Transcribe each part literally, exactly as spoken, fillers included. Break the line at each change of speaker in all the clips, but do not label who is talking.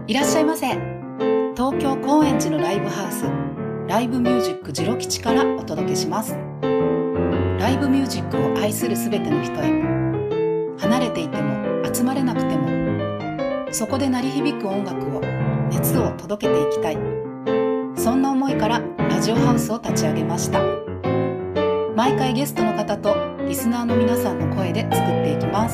いらっしゃいませ。東京高円寺のライブハウス、ライブミュージックジロ吉からお届けします。ライブミュージックを愛するすべての人へ、離れていても集まれなくても、そこで鳴り響く音楽を、熱を届けていきたい、そんな思いからラジオハウスを立ち上げました。毎回ゲストの方とリスナーの皆さんの声で作っていきます。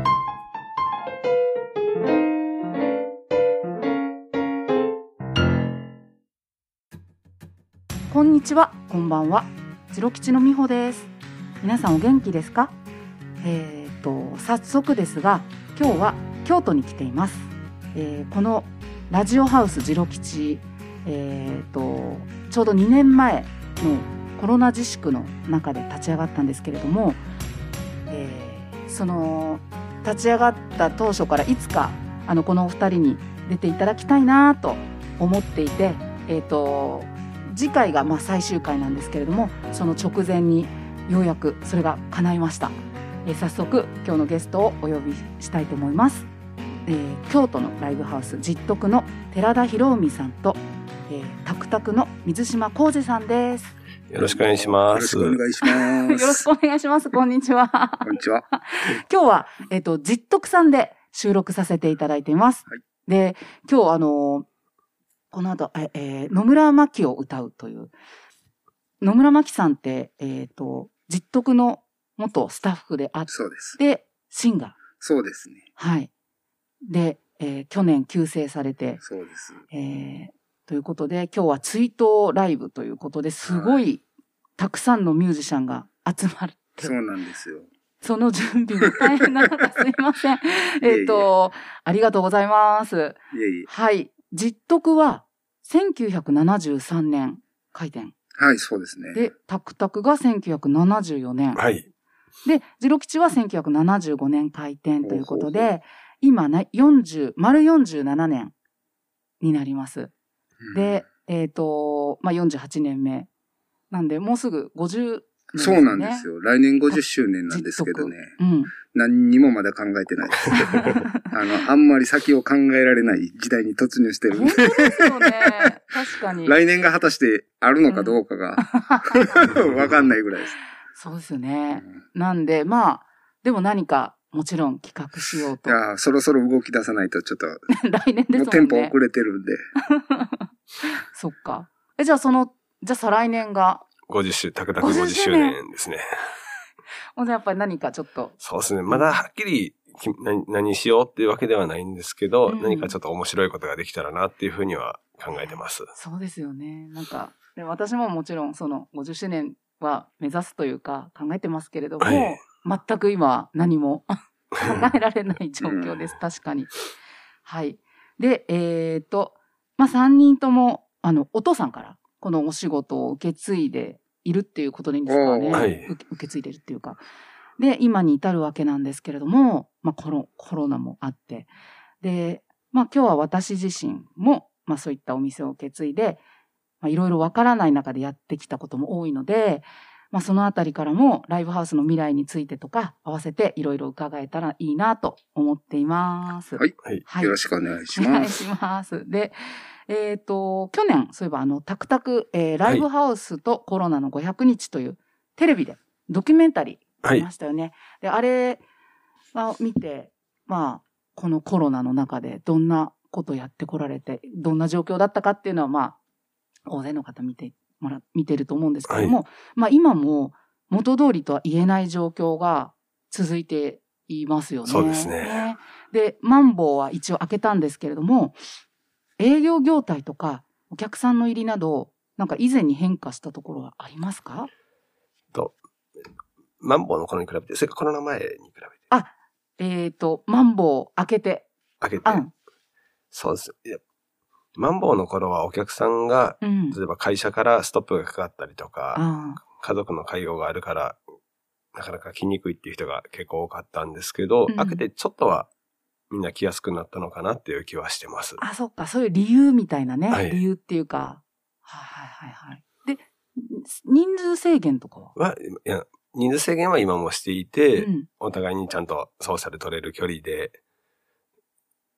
こんにちは、こんばんは。ジロ吉の美穂です。皆さんお元気ですか？えーと早速ですが、今日は京都に来ています。えー、このラジオハウスジロ吉、えーとちょうどにねんまえのコロナ自粛の中で立ち上がったんですけれども、えー、その立ち上がった当初からいつかあのこのお二人に出ていただきたいなと思っていて、えーと次回がまあ最終回なんですけれども、その直前にようやくそれが叶いました。えー、早速今日のゲストをお呼びしたいと思います。えー、京都のライブハウス実徳の寺田博文さんと、えー、タクタクの水島浩二さんです。
よろしくお願いします。
よろしくお願いします。
よろしくお願いします。こんにちは。
こんにちは。
今日は、えっと、実徳さんで収録させていただいています。はい、で、今日あの、この後、ええー、野村真希を歌うという。野村真希さんって、えっと、実徳の元スタッフであって、
そうです。
で、シンガー。
そうですね。
はい。で、えー、去年急逝されて、
そうです。
えー、ということで、今日は追悼ライブということで、すごいたくさんのミュージシャンが集まって。
そうなんですよ。
その準備も大変な中、すいません。えっと、ありがとうございます。いえいえ。はい。実徳はせんきゅうひゃくななじゅうさんねん開店。
はい、そうですね。
で、タクタクがせんきゅうひゃくななじゅうよねん。
はい。
で、ジロ吉はせんきゅうひゃくななじゅうごねん開店ということで、ほうほうほう、今な、よんじゅう、丸よんじゅうななねんになります。うん、で、えっと、まあ、よんじゅうはちねんめ。なんで、もうすぐごじゅうねんですね。
そうなんですよ。来年ごじゅっしゅうねんなんですけどね。うん。何にもまだ考えてないです。あの、あんまり先を考えられない時代に突入してるんで。
本当ですよね。確かに。
来年が果たしてあるのかどうかが、うん、わかんないぐらいです。
そうですよね。うん、なんで、まあ、でも何か、もちろん企画しようと。
いや、そろそろ動き出さないとちょっと。
来年ですもんね。もう
テンポ遅れてるんで。
そっか。え、じゃあその、じゃあ再来年が。
ごじゅっ周、タクタクごじゅっしゅうねんですね。
ほんでやっぱり何かちょっと。
そうですね。まだはっきり何、何しようっていうわけではないんですけど、うん、何かちょっと面白いことができたらなっていうふうには考えてます。
そうですよね。なんか、で私ももちろんそのごじゅっしゅうねんは目指すというか考えてますけれども、はい、全く今何も考えられない状況です。確かに。はい。で、えっと、まあ、さんにんとも、あの、お父さんからこのお仕事を受け継いでいるっていうことでいいんですかね。
はい、
受け継いでるっていうか。で、今に至るわけなんですけれども、まあ、コロ、コロナもあって。で、まあ、今日は私自身も、まあ、そういったお店を受け継いで、まあ、いろいろわからない中でやってきたことも多いので、まあ、そのあたりからもライブハウスの未来についてとか合わせていろいろ伺えたらいいなと思っています。
はい。はい、よろしくお願いします。
お願いします。で、えっと、去年、そういえばあの、タクタク、えー、ライブハウスとコロナのごひゃくにちというテレビでドキュメンタリーありましたよね。はい、で、あれを見て、まあ、このコロナの中でどんなことやってこられて、どんな状況だったかっていうのは、まあ、大勢の方見てもら、見てると思うんですけども、はい、まあ今も元通りとは言えない状況が続いていますよね。
そうですね。
で、マンボウは一応開けたんですけれども、営業業態とかお客さんの入りなど、なんか以前に変化したところはありますか？
と、マンボウの頃に比べて、それかコロナ前に比べて。
あ、えっと、マンボウ開けて。
開けて。うん、そうです。いやマンボウの頃はお客さんが、うん、例えば会社からストップがかかったりとか、家族の介護があるから、なかなか来にくいっていう人が結構多かったんですけど、うん、開けてちょっとはみんな来やすくなったのかなっていう気はしてます。
あ、そっか。そういう理由みたいなね。はい、理由っていうか。はいはいはいはい。で、人数制限とかは
は、いや、人数制限は今もしていて、うん、お互いにちゃんとソーシャル取れる距離で、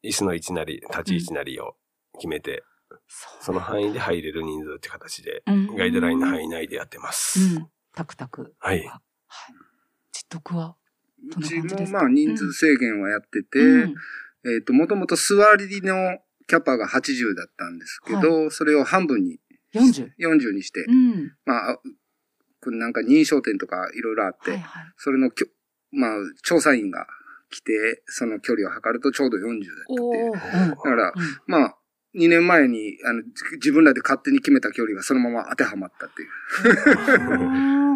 椅子の位置なり、立ち位置なりを決めて、うん、その範囲で入れる人数って形で、うん、ガイドラインの範囲内でやってます。
うん、タクタク。
はい。
はい。実得は
うちもまあ人数制限はやってて、うん、えっと、もともと座りのキャパがはちじゅうだったんですけど、はい、それを半分に、
よんじゅう?
よんじゅうにして、うん、まあ、なんか認証店とかいろいろあって、はいはい、それのきょ、まあ、調査員が来て、その距離を測るとちょうどよんじゅうだったって。だから、うん、まあ、にねんまえに、あの、自分らで勝手に決めた距離がそのまま当てはまったっていう。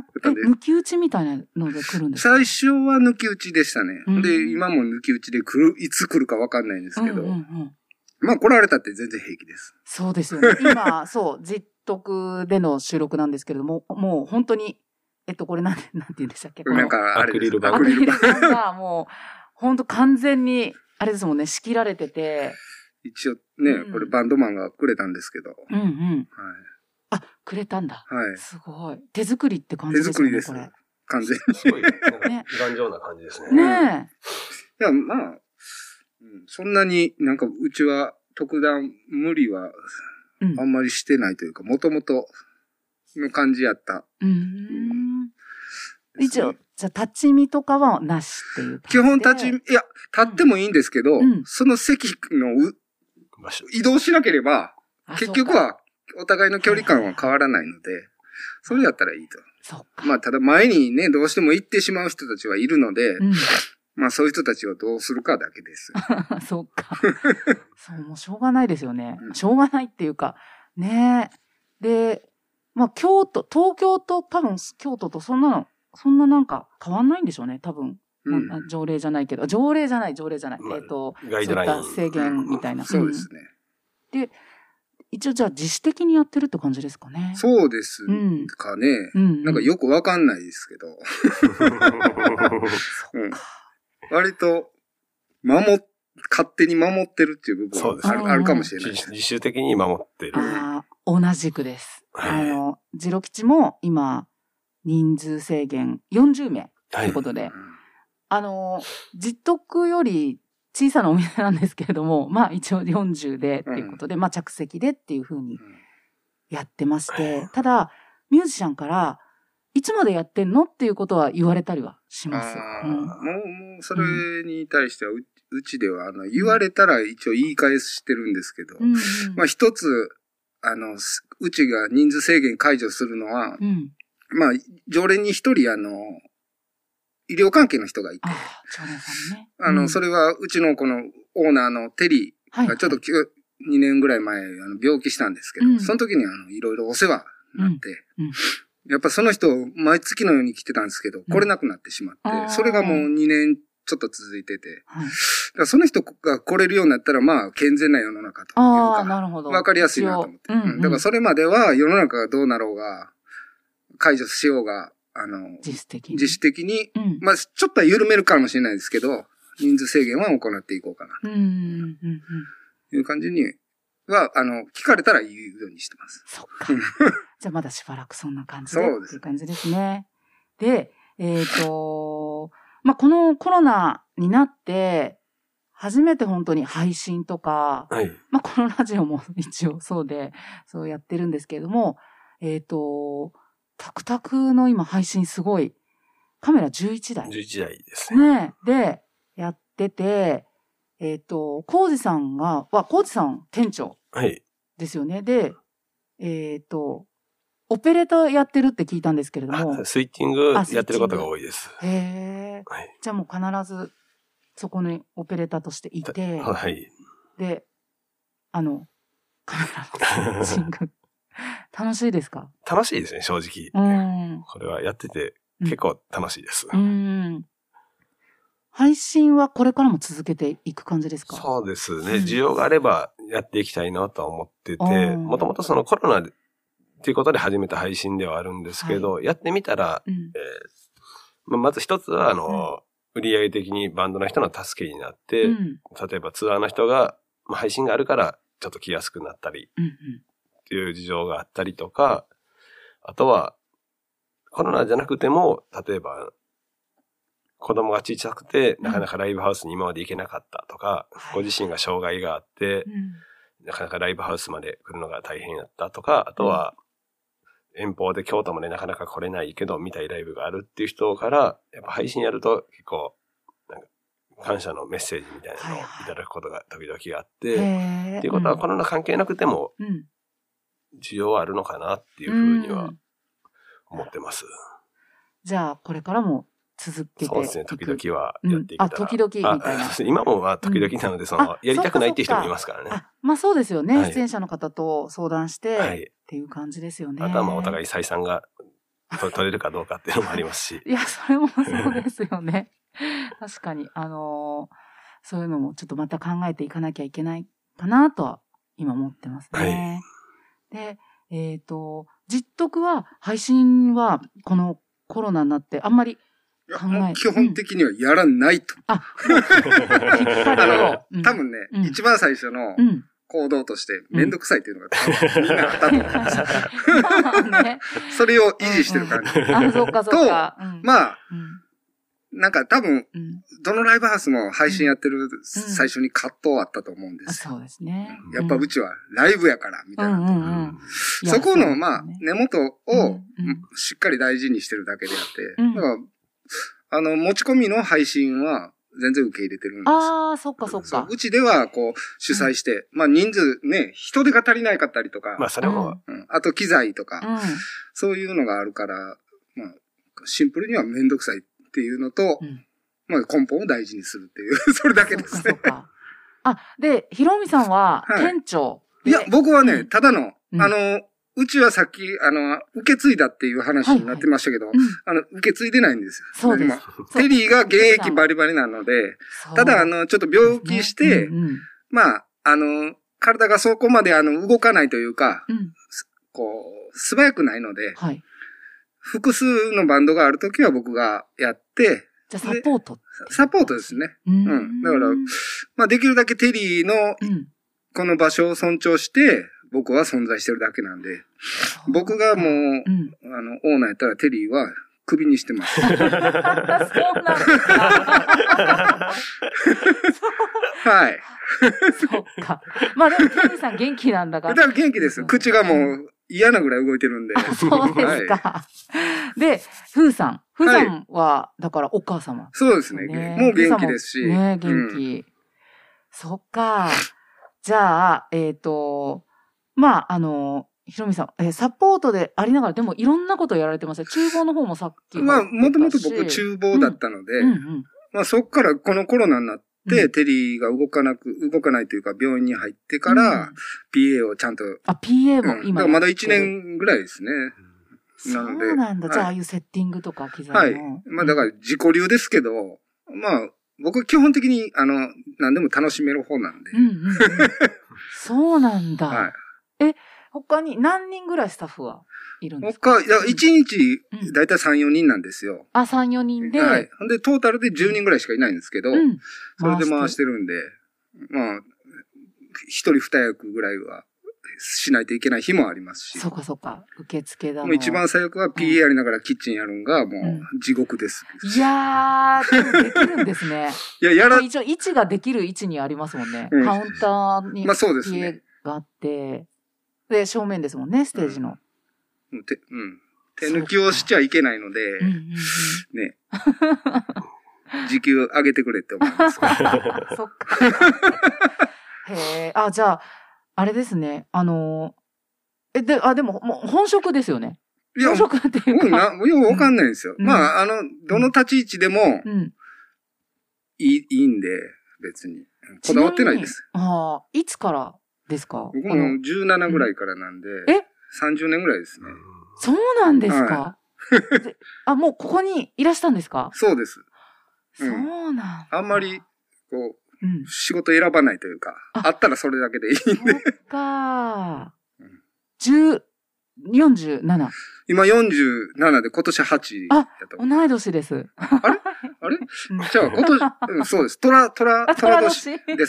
え、抜き打ちみたいなので来るんですか？
最初は抜き打ちでしたね。うん、で、今も抜き打ちで来る、いつ来るかわかんないんですけど、うんうんうん、まあ来られたって全然平気です。
そうですよね。今、そう、実得での収録なんですけれども、もう本当に、えっと、これなんて、なんて言うんでしたっけ？
なんか、
アクリル板。
アクリル板がもう、本当完全に、あれですもんね、仕切られてて。
一応ね、うん、これバンドマンがくれたんですけど。
うんうん。はい。あ、くれたんだ。はい。すごい。手作りって感じですね。手作りです。これ
完全に。
すごい。ね。頑丈な感じですね。
ね
え。いや、まあ、うん、そんなになんかうちは特段無理はあんまりしてないというか、もともとの感じやった。
うん。うん一応、じゃあ立ち見とかはなしっていう
基本立ち、いや、立ってもいいんですけど、うん、その席のう移動しなければ、結局はお互いの距離感は変わらないので、それやったらいいと。
そうか。
まあ、ただ前にね、どうしても行ってしまう人たちはいるので、うん、まあそういう人たちをどうするかだけです。
そうか。そう、もうしょうがないですよね。うん、しょうがないっていうか、ねえ。で、まあ京都、東京と多分京都とそんなの、そんななんか変わんないんでしょうね、多分。うん、条例じゃないけど、条例じゃない、条例じゃない。まあ、えっ、ー、と、
ガイドライン。
そういった制限みたいな。
そうですね。
で、一応じゃあ自主的にやってるって感じですかね。
そうですかね。うん、なんかよくわかんないですけど。うん、割と、守っ、勝手に守ってるっていう部分はある、あるかもしれないです。
自主的に守ってる。
ああ、同じくです。はい、あの、ジロ吉も今、人数制限よんじゅうめいということで、はい、あの、実得より小さなお店なんですけれども、まあ一応よんじゅうでっていうことで、うん、まあ着席でっていう風にやってまして、うん、ただ、ミュージシャンから、いつまでやってんのっていうことは言われたりはします。
うん、もう、もう、それに対してはう、うちでは、あの、言われたら一応言い返してるんですけど、うんうん、まあ一つ、あの、うちが人数制限解除するのは、うん、まあ、常連に一人、あの、医療関係の人がいて、
あ、常連さんね。
あの、うん、それはうちのこのオーナーのテリーがちょっと、はいはい、にねんぐらい前、あの病気したんですけど、うん、その時にあの、いろいろお世話になって、うんうん、やっぱその人、毎月のように来てたんですけど、来れなくなってしまって、それがもうにねんちょっと続いてて、はい、だからその人が来れるようになったら、まあ、健全な世の中というか、
なるほど、
わかりやすいなと思って、うんうん。だからそれまでは世の中がどうなろうが、解除しようが、あの、
自主的に。
自主的に、うん、まあ、ちょっとは緩めるかもしれないですけど、人数制限は行っていこうかな。うんうんうん、いう感じには、あの、聞かれたら言うようにしてます。
そっか。じゃあまだしばらくそんな感じで。そうです。っていう感じですね。で、えっ、ー、と、まあ、このコロナになって、初めて本当に配信とか、はい、まあ、このラジオも一応そうで、そうやってるんですけれども、えっ、ー、と、タクタクの今配信すごい、カメラじゅういちだい。
じゅういちだいですね。
ね。で、やってて、えっ、ー、と、コウジさんが、わ、コウジさん店長。
はい。
ですよね。で、えっ、ー、と、オペレーターやってるって聞いたんですけれども。
スイッチングやってる方が多いです。
へー。はい。じゃあもう必ず、そこにオペレーターとしていて。
はい。
で、あの、カメラのスイッチング。楽しいですか？
楽しいですね、正直。うん。これはやってて結構楽しいです。うん。うん
配信はこれからも続けていく感じですか？
そうですね。需要があればやっていきたいなとは思ってて、もともとそのコロナっていうことで始めた配信ではあるんですけど、はい、やってみたら、うんえーまあ、まず一つは、あの、うん、売上的にバンドの人の助けになって、うん、例えばツアーの人が、まあ、配信があるからちょっと来やすくなったり、うんうんっていう事情があったりとか、あとは、コロナじゃなくても、例えば、 子供が小さくて、なかなかライブハウスに今まで行けなかったとか、うん、ご自身が障害があって、うん、なかなかライブハウスまで来るのが大変だったとか、あとは、遠方で京都までなかなか来れないけど見たいライブがあるっていう人から、やっぱ配信やると結構、なんか感謝のメッセージみたいなのをいただくことが時々あって、はいはい、っていうことはコロナ関係なくても、需要はあるのかなっていうふうには思ってます。うん、
じゃあ、これからも続けていく。
そうですね、時々はやっていけたら。
うん、あ、時々みたいな。
今もまあ時々なので、その、やりたくないっていう人もいますからね。
あ、まあそうですよね。はい、出演者の方と相談して、はい、っていう感じですよね。
あとはまあお互い採算が取れるかどうかっていうのもありますし。
いや、それもそうですよね。確かに、あのー、そういうのもちょっとまた考えていかなきゃいけないかなとは今思ってますね。はい、で、えっと、実徳は配信はこのコロナになってあんまり考え
基本的にはやらないと。うん、あ、あの、多分ね、うん、一番最初の行動としてめんどくさいっていうのが多分みんなあったと思うんですよ。まあね、それを維持してる感じ。うんうん、
あ、そうかそうか。
と、うん、まあ、うんなんか多分、うん、どのライブハウスも配信やってる最初に葛藤あったと思うんですよ。
そうですね。
やっぱうちはライブやから、みたいな、うんうんうん。そこの、まあ、根元をしっかり大事にしてるだけであって、うん、だから、あの、持ち込みの配信は全然受け入れてるんですよ。
ああ、そっかそっか。
うちでは、こう、主催して、うん、まあ人数ね、人手が足りないかったりとか、
まあそれも、
うん、あと機材とか、うん、そういうのがあるから、まあ、シンプルにはめんどくさい。っていうのと、うん、まあ根本を大事にするっていう、それだけですね。そうかそうか。
あ、で、ひろみさんは店長、
はい。いや、僕はね、うん、ただの、うん、あの、うちはさっき、あの、受け継いだっていう話になってましたけど、はいはい、あの、受け継いでないんですよ。
そうです。
テリーが現役バリバリなので、ただ、あの、ちょっと病気して、ねうんうん、まあ、あの、体がそこまであの、動かないというか、うん、こう、素早くないので、はい複数のバンドがあるときは僕がやって、
じゃあサポート
サポートですね。うん。うん。だから、まあできるだけテリーのこの場所を尊重して僕は存在してるだけなんで、僕がもう、うん、あの、オーナーやったらテリーはクビにしてます。そうなんですか。はい。
そっか。まあでもテリーさん元気なんだから。
だから元気です。口がもう、嫌なぐらい動いてるんで。
そうですか。はい、で、ふーさん。ふーさんは、だからお母様、ね。
そうですね。もう元気ですし。
ね、元気。うん、そっか。じゃあ、えっ、ー、と、まあ、あの、ひろみさん、えー、サポートでありながら、でもいろんなことをやられてますね。厨房の方もさっき。
まあ、もともと僕厨房だったので、うんうんうん、まあそっからこのコロナになって、で、うん、テリーが動かなく、動かないというか、病院に入ってから、うん、ピーエー をちゃんと。
あ、ピーエー も今、うん。だ
からまだいちねんぐらいですね。
なので。そうなんだ。はい、じゃあ、ああいうセッティングとか機材
も。はい。まあだから自己流ですけど、まあ、僕は基本的に、あの、何でも楽しめる方なんで。うんうんうん、
そうなんだ。はい。え、他に何人ぐらいスタッフはいるんですか？
他、いや、いちにち、だいたいさん、よにんなんですよ。
あ、さん、よにんで。
はい。ほんで、トータルでじゅうにんぐらいしかいないんですけど、うん、それで回してるんで、まあ、一人二役ぐらいはしないといけない日もありますし。
そうかそうか。受付だも
う一番最悪は ピーエー やりながらキッチンやるんがもう地獄です。
うん、いやー、できるんですね。
いや、やら、
一応位置ができる位置にありますもんね。うん、カウンターに ピーエー があって、まあそうですね。で、正面ですもんね、ステージの。
うん、手、うん。手抜きをしちゃいけないので、うんうんうん、ね。時給上げてくれって思います。そっか。
へえ、あ、じゃあ、あれですね。あのー、え、で、あ、でも、もう本職ですよね。いや、本職っていうか。
もうな、よくわかんないんですよ。うん、まあ、あの、どの立ち位置でも、うん、いい、いいんで、別に。こだわってないです。
ああ、いつからですか？
僕もじゅうななぐらいからなんで、うん、えさんじゅうねんぐらいですね。
そうなんですか、はい、あ、もうここにいらしたんですか？
そうです。
うん、そうなんだ。
あんまり、こう、うん、仕事選ばないというか、あったらそれだけでいいんで。そ
っかー。十、よんじゅうなな。
今よんじゅうななで今年はち
やった。あ、同い年です。
あれあれ、うん、じゃあ今年、うん、そうです。トラ、トラ、トラ年です。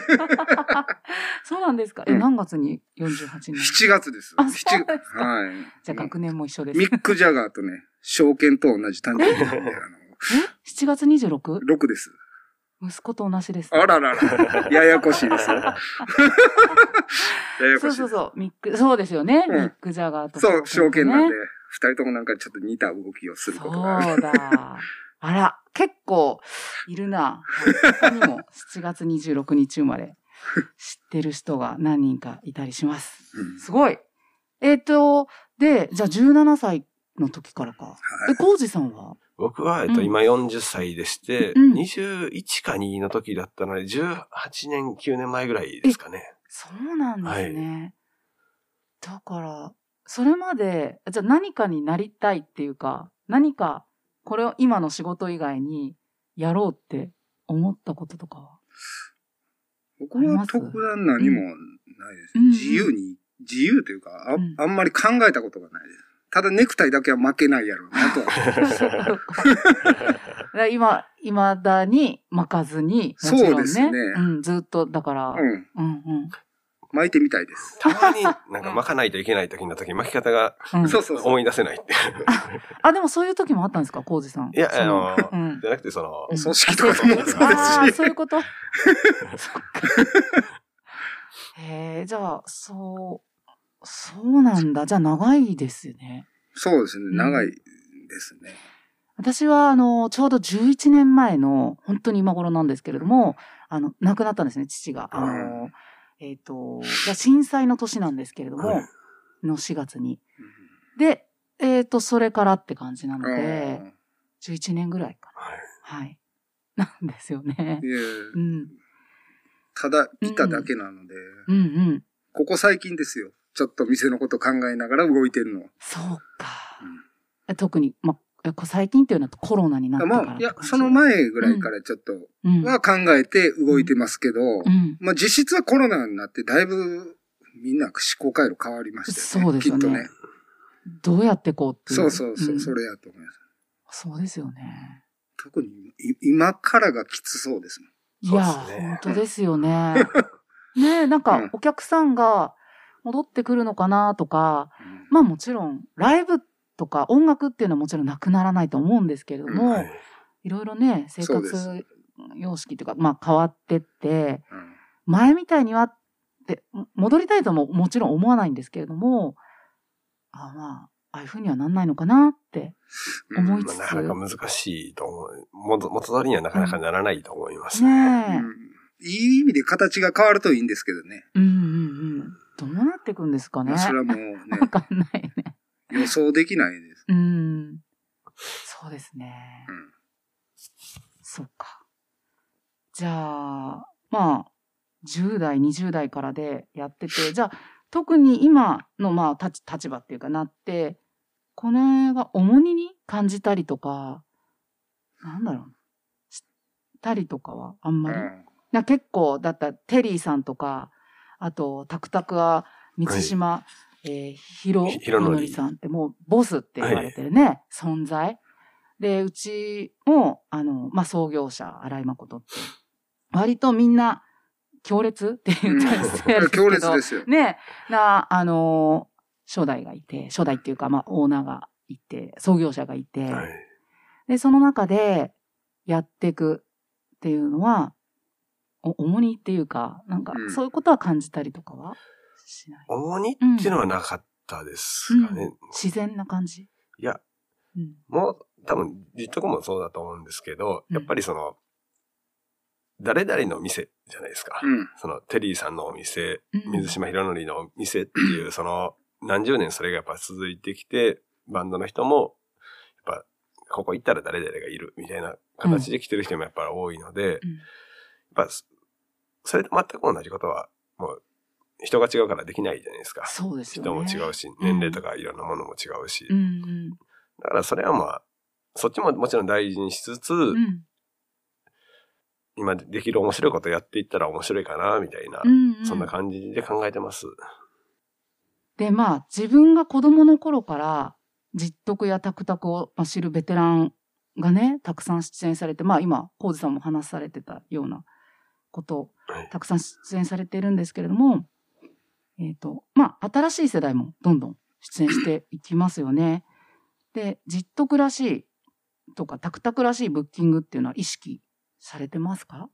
そうなんですか。え、うん、何月によんじゅうはちにん？
しち 月です。
あ、そうですか。
はい。
じゃあ学年も一緒です。
ミック・ジャガーとね、証券と同じ誕生日なんで、あの、
え ?しちがつにじゅうろく?
ろく です。
息子と同じです。
あららら。ややこしいですよ。ややこしい。
そうそうそう。ミック、そうですよね。うん、ミック・ジャガーと、
ね。そう、証券なんで、二人ともなんかちょっと似た動きをすることがある。
そうだ。あら、結構いるな。他にもしちがつにじゅうろくにち生まれ、知ってる人が何人かいたりします。うん、すごい。えっ、ー、と、で、じゃあじゅうななさいの時からか。はい、え、コウジさんは
僕は、えっと、うん、今よんじゅっさいでして、うん、にじゅういちかにの時だったので、じゅうはちねん、きゅうねんまえぐらいですかね。
そうなんですね。はい、だから、それまで、じゃあ何かになりたいっていうか、何か、これを今の仕事以外にやろうって思ったこととかは
僕は特段何もないです。うん、自由に、自由というかあ、うん、あんまり考えたことがないです。ただネクタイだけは負けないやろうなと
は。今、未だに巻かずに、もちろんね。そうですね。うん、ずっと、だから。うん。うんうん。
巻いてみたいです。
たまになんか巻かないといけない時の時、巻き方が、うん、そうそう思い出せないって。
あ、でもそういう時もあったんですか、コウジさん。
いや、あの、うん、じゃなくてその、
組織とかもそうですし。あ
あ、そういうこと。そっか。へえ、じゃあ、そう、そうなんだ。じゃあ長いですよね。
そうですね。長いですね。うん、
私は、あの、ちょうどじゅういちねんまえの、本当に今頃なんですけれども、あの、亡くなったんですね、父が。あの、えっと、震災の年なんですけれども、はい、のしがつに。で、えっと、それからって感じなので、じゅういちねんぐらいかな。はい。はい。なんですよね。
いや、うん。ただ、いただけなので、
うん、うんうん
ここ最近ですよ。ちょっと店のこと考えながら動いてるの。
そうか。うん、特に、まあ、最近っていうのはコロナになってから、
まあ、いや、その前ぐらいからちょっとは考えて動いてますけど、うんうん、まあ実質はコロナになってだいぶみんな思考回路変わりましたよね。そうですよね。きっとね。
どうやってこうっていう。
そうそうそう、うん、それやと思います。
そうですよね。
特に今からがきつそうですもん。
いや、ね、本当ですよね。ねえ、なんかお客さんが戻ってくるのかなとか、うん、まあもちろんライブとか音楽っていうのはもちろんなくならないと思うんですけれども、うんはい、いろいろね、生活様式というか、まあ変わってって、うん、前みたいにはって戻りたいとももちろん思わないんですけれども、あまあ、ああいうふうにはなんないのかなって思いつつ。
うん、なかなか難しいと思う。元通りにはなかなかならないと思います
ね。ねえ、
うんいい意味で形が変わるといいんですけどね。
うんうんうん。どうなっていくんですかね。
まあ、それはもうね。
わかんないね。
予想できないです。
うん。そうですね。うん。そうか。じゃあ、まあ、じゅう代、にじゅう代からでやってて、じゃあ、特に今の、まあ、立立場っていうかなって、これが重荷に感じたりとか、なんだろう。したりとかはあんまり。うんな結構、だったテリーさんとか、あと、タクタクは、満島、はい、えー、ひろ、ひろのりさんってもう、ボスって言われてるね、はい、存在。で、うちも、あの、まあ、創業者、荒井誠って、割とみんな、強烈って言ったりしてるんですけど、
強烈ですよ。
ね、な、あの、初代がいて、初代っていうか、まあ、オーナーがいて、創業者がいて、はい、で、その中で、やっていくっていうのは、重荷っていうか、なんか、そういうことは感じたりとかはしない。
重荷っていうのはなかったですかね。うんうん、
自然な感じ
いや、うん、もう、多分、実得もそうだと思うんですけど、やっぱりその、誰々の店じゃないですか。うん、その、テリーさんのお店、水島ひろのりのお店っていう、その、何十年それがやっぱ続いてきて、バンドの人も、やっぱ、ここ行ったら誰々がいるみたいな形で来てる人もやっぱり多いので、うん、やっぱ、それと全く同じことは、もう、人が違うからできないじゃないですか。
そうですよね。
人も違うし、年齢とかいろんなものも違うし。
うんうん、
だからそれはまあ、そっちももちろん大事にしつつ、うん、今できる面白いことやっていったら面白いかな、みたいな、うんうん、そんな感じで考えてます。
で、まあ、自分が子供の頃から、実得やタクタクを知るベテランがね、たくさん出演されて、まあ今、コウジさんも話されてたようなことを、たくさん出演されているんですけれども、えっと、まあ、新しい世代もどんどん出演していきますよね。で、実得らしいっとかタクタクらしいブッキングっていうのは意識されてますか？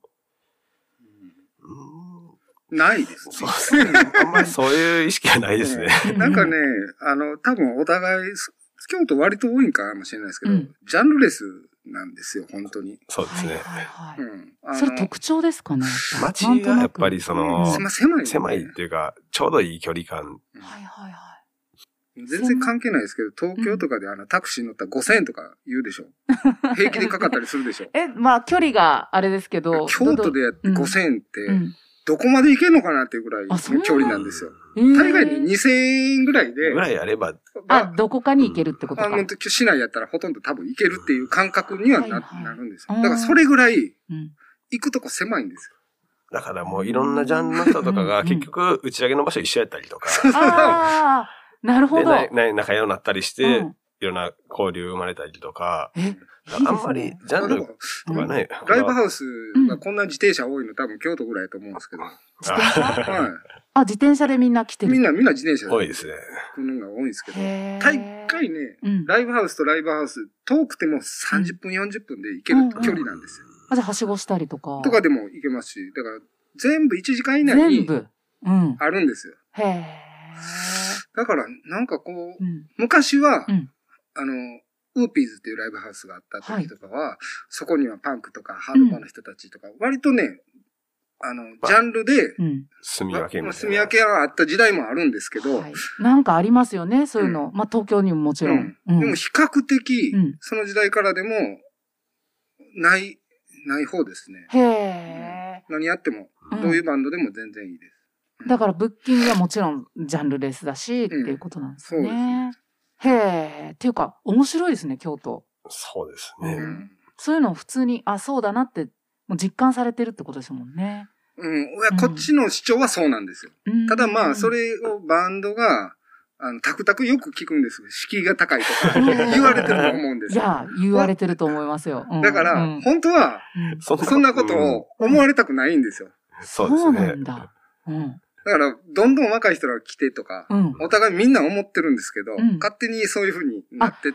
うん、ないですね。
そうですね。あんまりそういう意識はないですね。
なんかね、あの、多分お互い、京都割と多いんかもしれないですけど、うん、ジャンルレスなんですよ、本当に。
そうですね。
はいはいはい、それ特徴ですかね。
街がやっぱりその、
うん、狭い、ね、
狭いっていうか、ちょうどいい距離感。
はいはいはい。
全然関係ないですけど、東京とかであのタクシー乗ったらごせんえんとか言うでしょ。平気でかかったりするでしょ。
え、まあ距離があれですけど。
京都でやってごせんえんって、うん、どこまで行けんのかなっていうぐらいの距離なんですよ。大概ににせんえんぐらいで。
ぐらいあれば。
あ、どこかに行けるってことか。
あの、市内やったらほとんど多分行けるっていう感覚には な,、はいはい、なるんですよ。だからそれぐらい、行くとこ狭いんですよ。
だからもういろんなジャンルの人とかが結局打ち上げの場所一緒やったりとか。
ああ。なるほど。
で、仲良くなったりして、うん、いろんな交流生まれたりとか。
え
あんまりジャンルとかね。
ライブハウスがこんな自転車多いの多分京都ぐらいだと思うんですけど。
自転車はい。あ、自転車でみんな来てる。
みんな、みんな自転車で。
多いですね。
来るのが多いんですけど。大概ね、うん、ライブハウスとライブハウス、遠くてもさんじゅっぷん、よんじゅっぷんで行ける距離なんですよ。
うんうん、あ、じゃあはしごしたりとか。
とかでも行けますし、だから全部いちじかん以内にあるんですよ。
全部。うん、へ
ー。だから、なんかこう、うん、昔は、うん、あの、ウーピーズっていうライブハウスがあった時とかは、はい、そこにはパンクとかハードコアの人たちとか、うん、割とね、あの、ジャンルで、うん、
住み分けみたいな。
住み分けがあった時代もあるんですけど、はい、
なんかありますよね、そういうの。うん、まあ、東京にももちろん。うん
うん、でも比較的、うん、その時代からでも、ない、ない方ですね。
へー。
何やっても、どういうバンドでも全然いいです。
うん、だからブッキングはもちろんジャンルレスだし、っていうことなんですね。そうですね。へー。っていうか、面白いですね、京都。
そうですね。うん、
そういうのを普通に、あ、そうだなって、もう実感されてるってことですもんね。
うん。こっちの主張はそうなんですよ。うん、ただまあ、それをバンドが、あの、タクタクよく聞くんですよ。敷居が高いとか言われてると思うんですよ。
いや、言われてると思いますよ。
うん、だから、うん、本当は、うん、そんなことを思われたくないんですよ。
そうですね。
そうなんだ。うん。
だから、どんどん若い人が来てとか、うん、お互いみんな思ってるんですけど、うん、勝手にそういう風になってって、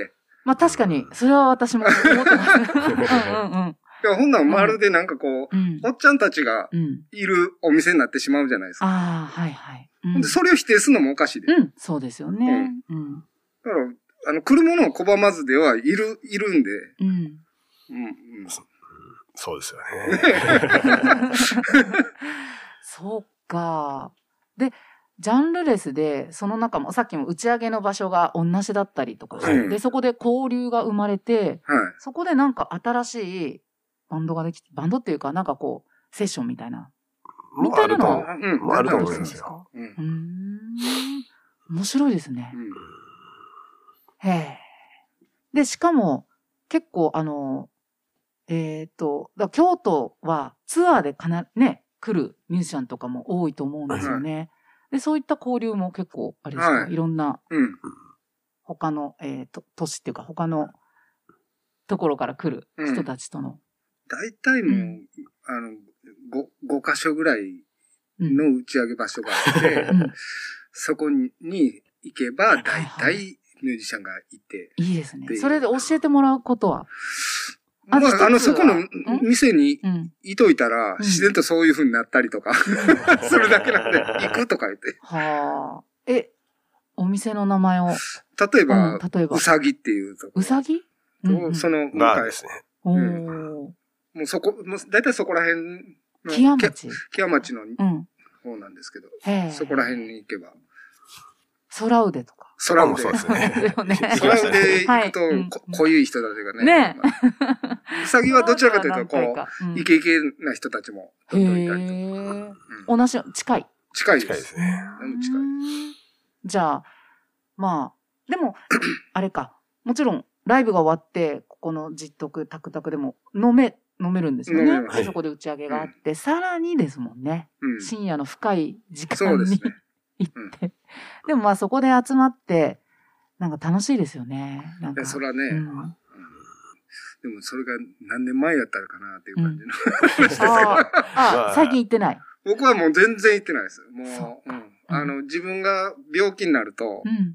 まあ確かに、それは私も思ってます。うんうんうん。
いや、ほんならまるでなんかこう、うん、おっちゃんたちがいるお店になってしまうじゃないですか。
ああ、はいはい。
うん、でそれを否定するのもおかしいで。
うん、そうですよね。うん。
だから、あの、来るものを拒まずではいる、いるんで。うん。うん、うん。
そうですよね。
そうか。で、ジャンルレスで、その中も、さっきも打ち上げの場所が同じだったりとかして、うん、で、そこで交流が生まれて、はい、そこでなんか新しいバンドができて、バンドっていうか、なんかこう、セッションみたいな。みたいなのは、
うん、あると思いますよ。
うん。うん。面白いですね。うん、へえ。で、しかも、結構、あの、えっと、だ京都はツアーでかな、ね、来るミュージシャンとかも多いと思うんですよね。はい、で、そういった交流も結構、あれですか、はい、いろんな、うん、他の、えっと、都市っていうか、他のところから来る人たちとの。
大体、うん、もう、あの、ご、ご箇所ぐらいの打ち上げ場所があって、うん、そこに行けば、大体ミュージシャンがいて。
いいですね。それで教えてもらうことは
あの、あの、そこの店にいといたら、うん、自然とそういう風になったりとか、それだけなんで、行くとか言って。
はあ。え、お店の名前を。
例えば、うん、例えばうさぎっていうとこ。
うさぎ、
うんうん、その、
バーですね。
うん、もうそこ、もう大体そこら辺の。
木屋町
木屋町の方なんですけど、うん、そこら辺に行けば。
空腕とか。
空腕
もそうですね。
空腕行くと、はい、濃い人たちがね。
ね
え。うさぎはどちらかというと、こう、うん、イケイケな人たちもどんどんいたりとか。
うん、同じ、近い。
近いです。
近いですね。
近い。
じゃあ、まあ、でも、あれか。もちろん、ライブが終わって、ここの実徳、タクタクでも飲め、飲めるんですよね。はい、そこで打ち上げがあって、うん、さらにですもんね。うん、深夜の深い時間に、ね、行って、うん。でもまあそこで集まって、なんか楽しいですよね。なんか。
いや、そらね、うんうん。でもそれが何年前やったらかなっていう感じの、
うん。ああ、最近行ってない。
僕はもう全然行ってないです。もう、ううん、あの、自分が病気になると、うん、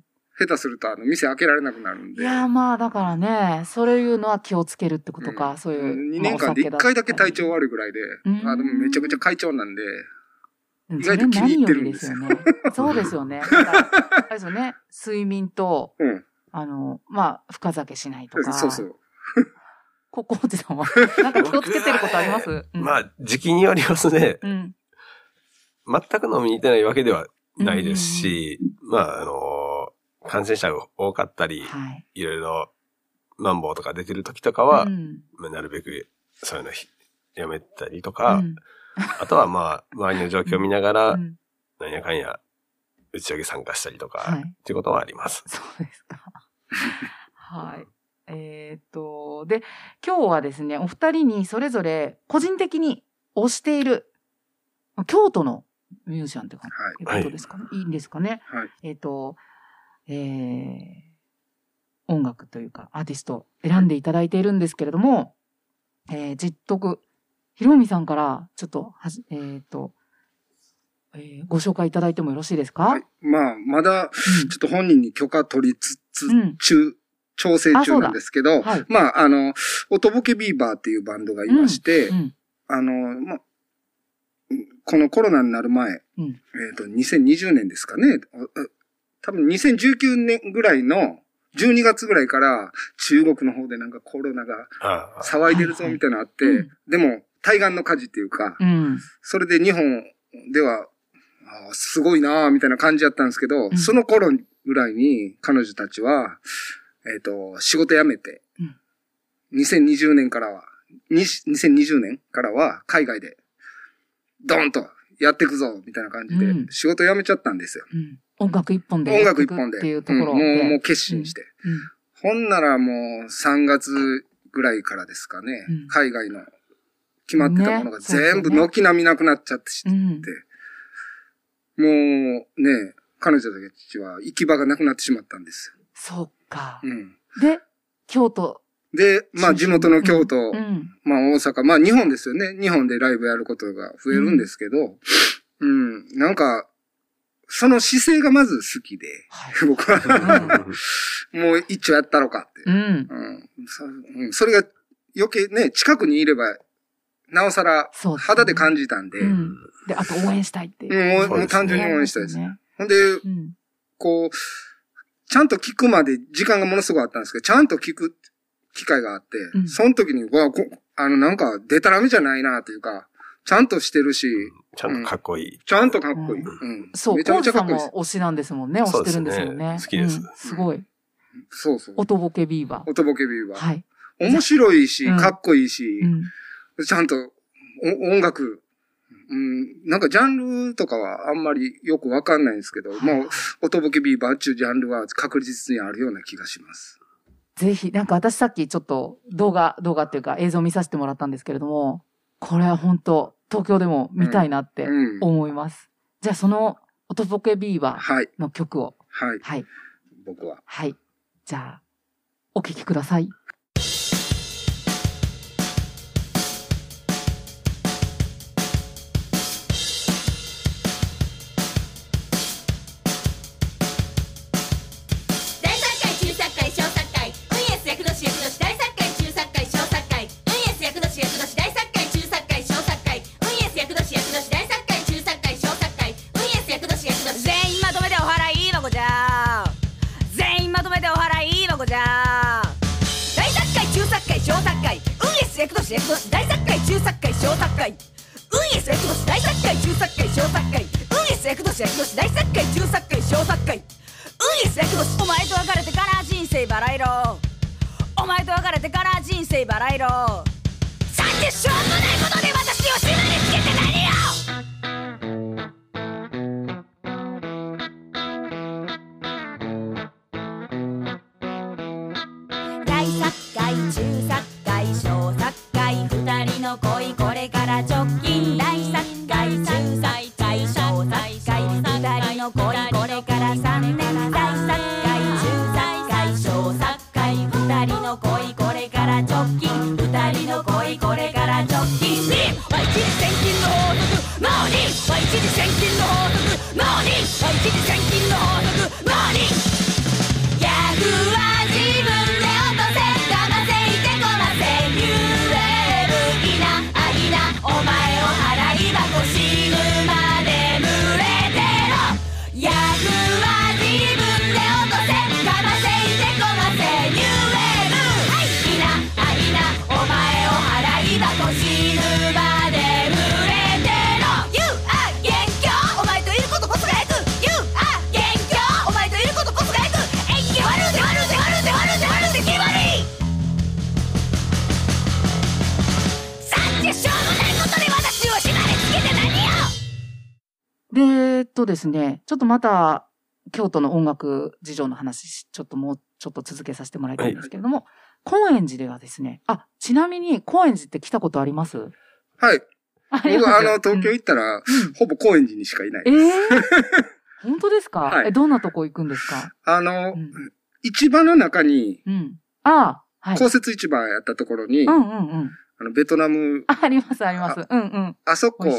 下手するとあの店開けられなくなるんで。
いやまあだからね、そういうのは気をつけるってことか、うん、そういう。
にねんかんでいっかいだけ体調悪いぐらいで、あでもめちゃくちゃ会長なんで、意外と気に入ってるんですよ。
ね、そうですよね。だからあれですよね、睡眠と、うん、あの、まあ、深酒しないとか。
そうそう。
ココーチさんは、なんか気をつけてることあります？
うん、まあ、時期によりますね。うん、全く飲みに行ってないわけではないですし、うん、まあ、あのー、感染者が多かったり、はい、いろいろ、マンボウとか出てる時とかは、うん、まあ、なるべくそういうのやめたりとか、うん、あとはまあ、周りの状況を見ながら、うん、なんやかんや、打ち上げ参加したりとか、はい、っていうことはあります。
そうですか。はい。えー、っと、で、今日はですね、お二人にそれぞれ個人的に推している、京都のミュージシャンってか、はい、いうことですかね。はい、いいんですかね。はい、えー、っと、えー、音楽というかアーティストを選んでいただいているんですけれども、えー、実徳、ひろみさんからちょっとはじ、えー、っと、えー、ご紹介いただいてもよろしいですか？はい、
まあ、まだ、ちょっと本人に許可取りつつ、うん、中、調整中なんですけど、はい、まあ、あの、音ボケビーバーっていうバンドがいまして、うんうん、あの、まあ、このコロナになる前、うん、えっと、にせんにじゅうねんですかね、多分にせんじゅうきゅうねんぐらいのじゅうにがつぐらいから中国の方でなんかコロナが騒いでるぞみたいなのあって、はいはい、でも対岸の火事っていうか、うん、それで日本では、あすごいなぁ、みたいな感じだったんですけど、うん、その頃ぐらいに彼女たちは、えっと、仕事辞めて、うん、にせんにじゅうねんからは、にせんにじゅうねんからは海外で、ドーンとやっていくぞ、みたいな感じで、仕事辞めちゃったんですよ。うん、
音楽一本で。
音楽一本で。
っていうところ、
うん、もう、もう決心して。うんうん、ほんならもうさんがつぐらいからですかね、うん、海外の決まってたものが全部軒並みなくなっちゃってして、ねうん、もうね、彼女たちは行き場がなくなってしまったんですよ。
そうか。うん、で、京都。
で、まあ地元の京都、うんうん、まあ大阪、まあ日本ですよね。日本でライブやることが増えるんですけど、うん、うん、なんか、その姿勢がまず好きで、はい、僕は、うん、もう一丁やったろかって、うんうんそ。それが余計ね、近くにいれば、なおさら肌で感じたんで。うん、
で、あと応援したいっていう。
うん、もう、もう単純に応援したいです。ね、ほんで、うん、こう、ちゃんと聞くまで時間がものすごくあったんですけど、ちゃんと聞く機会があって、うん、その時に、わこあの、なんか、デタラメじゃないなというか、ちゃんとしてるし、
ちゃんとかっこいい。
うん、ちゃんとかっこいい。うん。
そう、めちゃめちゃかっこいい。コウさんも推しなんですもんね。推してるんですよね。
好きです、うん。
すごい。
そうそう。
音ボケビーバー。
音ボケビーバー。はい。面白いし、かっこいいし、うん、ちゃんと音楽、うん、なんかジャンルとかはあんまりよくわかんないんですけど、はい、もう音ボケビーバーっていうジャンルは確実にあるような気がします。
ぜひ、なんか私さっきちょっと動画、動画っていうか映像見させてもらったんですけれども、これは本当東京でも見たいなって思います。うんうん、じゃあその音ボケビーバーの曲を。
はい。
はい。
僕は。
はい。じゃあ、お聴きください。
大作会中作会小作会運営役年大作会中作会小作会運営役年役年大作会中作会小作会運営役年お前と別れてから人生バラ色お前と別れてから人生バラ色さてしょうもないことで私を縛り付けて何よ大作会中作会小作会二人の恋これから直近大作会中作会小作会二人の恋これから三年大作会中作会小作会二人の恋これから直近二人の恋これから直近には一時千金の法則脳には一時千金の法則脳には一時千金の法則脳に
とですね、ちょっとまた、京都の音楽事情の話、ちょっともうちょっと続けさせてもらいたいんですけれども、はい、高円寺ではですね、あ、ちなみに高円寺って来たことあります？
はい。僕はあの、東京行ったら、うん、ほぼ高円寺にしかいない。
ええー、本当ですか？はい。え、どんなとこ行くんですか？
あの、うん、市場の中に、
うん、ああ、はい。
公設市場やったところに、
うんうんうん。
あの、ベトナム。
あ、ありますあります。うんうん。
あそこの、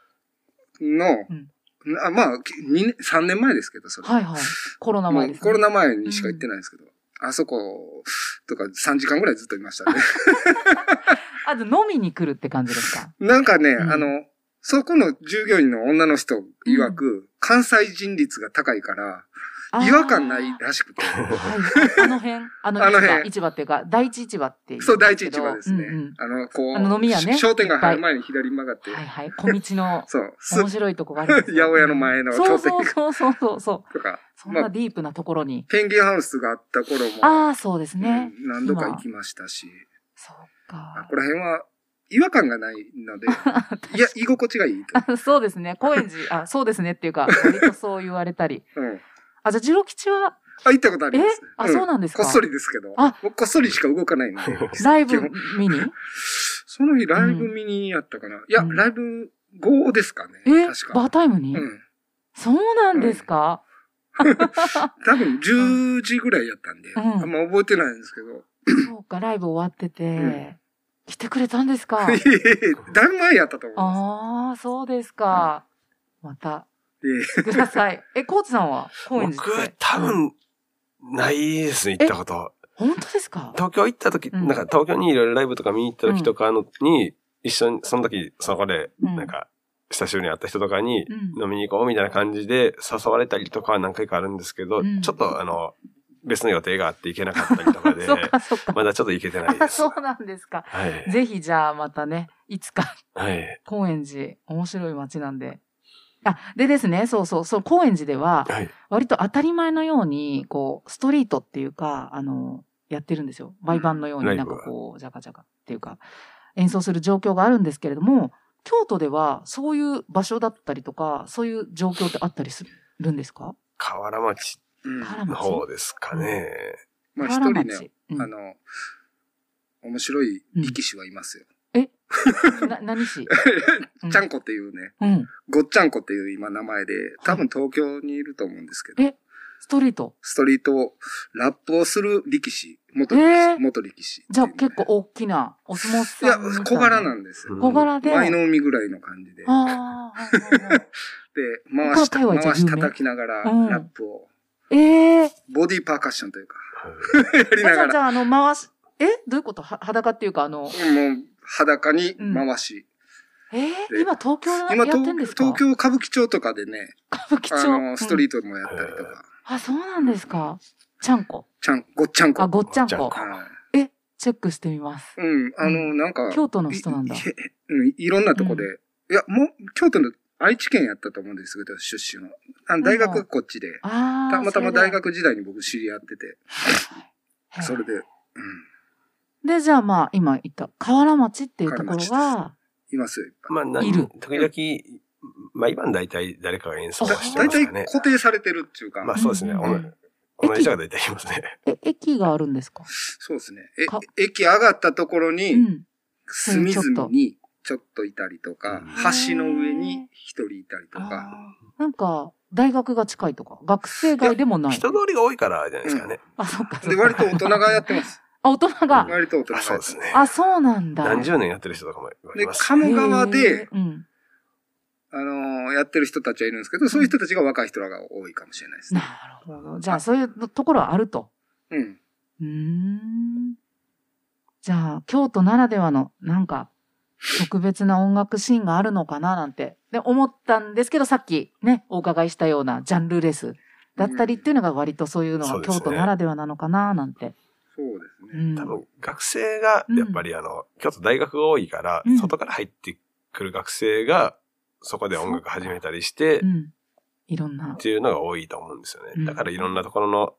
うん、あまあ、にねん、さんねんまえですけど、それ。
はいはい。コロナ前です、ね。
コロナ前にしか行ってないんですけど、うん、あそことかさんじかんぐらいずっといましたね。
あと飲みに来るって感じですか？
なんかね、うん、あの、そこの従業員の女の人曰く、うん、関西人率が高いから、違和感ないらしくて。
はい。あの辺、あの市場、あの辺市場っていうか、第一市場っていう。
そう、第一市場ですね。うんうん、あの、こう、
あの飲み屋ね。
商店街入る前に左に曲がって。
はいはい。小道の、
そう。
面白いとこがあるんですよ。
八百屋の前の商店街。
そうそうそうそう。
とか。
そんなディープなところに。
まあ、ペンギンハウスがあった頃も。
ああ、そうですね、
うん。何度か行きましたし。
そうか。
あここら辺は、違和感がないので、いや、居心地がいいと。
そうですね。高円寺、あ、そうですねっていうか、割とそう言われたり。
うん。
あ、じゃあ、ジロ吉は、
あ、行ったことあります。
えあ、うん、そうなんですか？
こっそりですけど。あ、僕こっそりしか動かないので。
ライブ見に
その日ライブ見にやったかな、うん、いや、ライブ後ですかね。
え
確か。
バータイムに、
うん、
そうなんですか、
うん、多分じゅうじぐらいやったんで、うん、あんま覚えてないんですけど。
そうか、ライブ終わってて、うん、来てくれたんですか？
いえいえ、だいぶ前やったと思います。
ああ、そうですか。うん、また、来てください。え、コーチさんは高円寺って？
僕、多分、ないですね、行ったこと。
本当ですか？
東京行った時、うん、なんか東京にいろいろライブとか見に行った時とかのに、うん、一緒に、その時、そこで、なんか、久しぶりに会った人とかに飲みに行こうみたいな感じで誘われたりとかは何回かあるんですけど、うん、ちょっとあの、別の予定があって行けなかったりとかで、
そっかそっかま
だちょっと行けてないです。
そうなんですか。
はい。
ぜひじゃあまたね、いつか、
はい。
高円寺、面白い街なんで。あ、でですね、そうそう、そう、高円寺では、割と当たり前のように、こう、ストリートっていうか、あの、やってるんですよ。毎晩のようになんかこう、ジャカジャカっていうか、演奏する状況があるんですけれども、京都ではそういう場所だったりとか、そういう状況ってあったりするんですか？
河原町の方ですかね。
まあ一人ね、うん、あの、面白い力士はいますよ。
うん、えな、何し
ちゃんこっていうね、うん、ごっちゃんこっていう今名前で、多分東京にいると思うんですけど。
えストリート
ストリート、ラップをする力士。元力士。えー、元力士、ね。
じゃあ結構大きなお相撲さん。
いや、小柄なんですよ。
小柄で。
前の海ぐらいの感じで。
ああ、
で、回し、回し叩きながら、ラップを。
うん、ええー。
ボディーパーカッションというか。やりながら。
じゃあ、あの、回し、えどういうことは裸っていうか、あの。もう、
裸に回し。
うん、ええー、今東京やってんですか？
今東京歌舞伎町とかでね。
歌舞伎町
あの、ストリートもやったりとか。うん、
あ、そうなんですか。ちゃんこ。
ちゃん、ごっちゃんこ。
あ、ごっちゃんこ。え、チェックしてみます。
うん、あの、なんか。
京都の人なんだ。
うん、いろんなとこで。うん、いや、もう、京都の愛知県やったと思うんですけど、出身は。あの、大学がこっちで。
あ
たまたま大学時代に僕知り合ってて。それで、うん。
で、じゃあまあ、今言った河原町っていうところが。
いますよ、いっぱ
い。まあ、いる。時々、毎晩大体誰かが演奏してますかね。
大体固定されてるっていうか。
まあそうですね。うん同じ人が大体いますね。
え、駅があるんですか？
そうですね。え、駅上がったところに、うん、隅々にちょっといたりとか、橋の上に一人いたりとか。
なんか、大学が近いとか、学生街でもない。
人通りが多いからじゃないですかね。
うん、あ、そっか。
で、割と大人がやってます。
あ、大人が。
割と大人が。
そうですね。
あ、そうなんだ。
何十年やってる人とかもいます。
で、鴨川で、うんあのー、やってる人たちはいるんですけど、そういう人たちが若い人らが多いかもしれないですね。
なるほど。じゃあ、そういうところはあると。
うん。
うーん。じゃあ、京都ならではの、なんか、特別な音楽シーンがあるのかななんて、で、思ったんですけど、さっきね、お伺いしたようなジャンルレスだったりっていうのが割とそういうのが京都ならではなのかななんて。
そうですね。
うん、
多分、学生が、やっぱりあの、うん、京都大学が多いから、うん、外から入ってくる学生が、そこで音楽始めたりして、うん、
いろんな。
っていうのが多いと思うんですよね。うん、だからいろんなところの、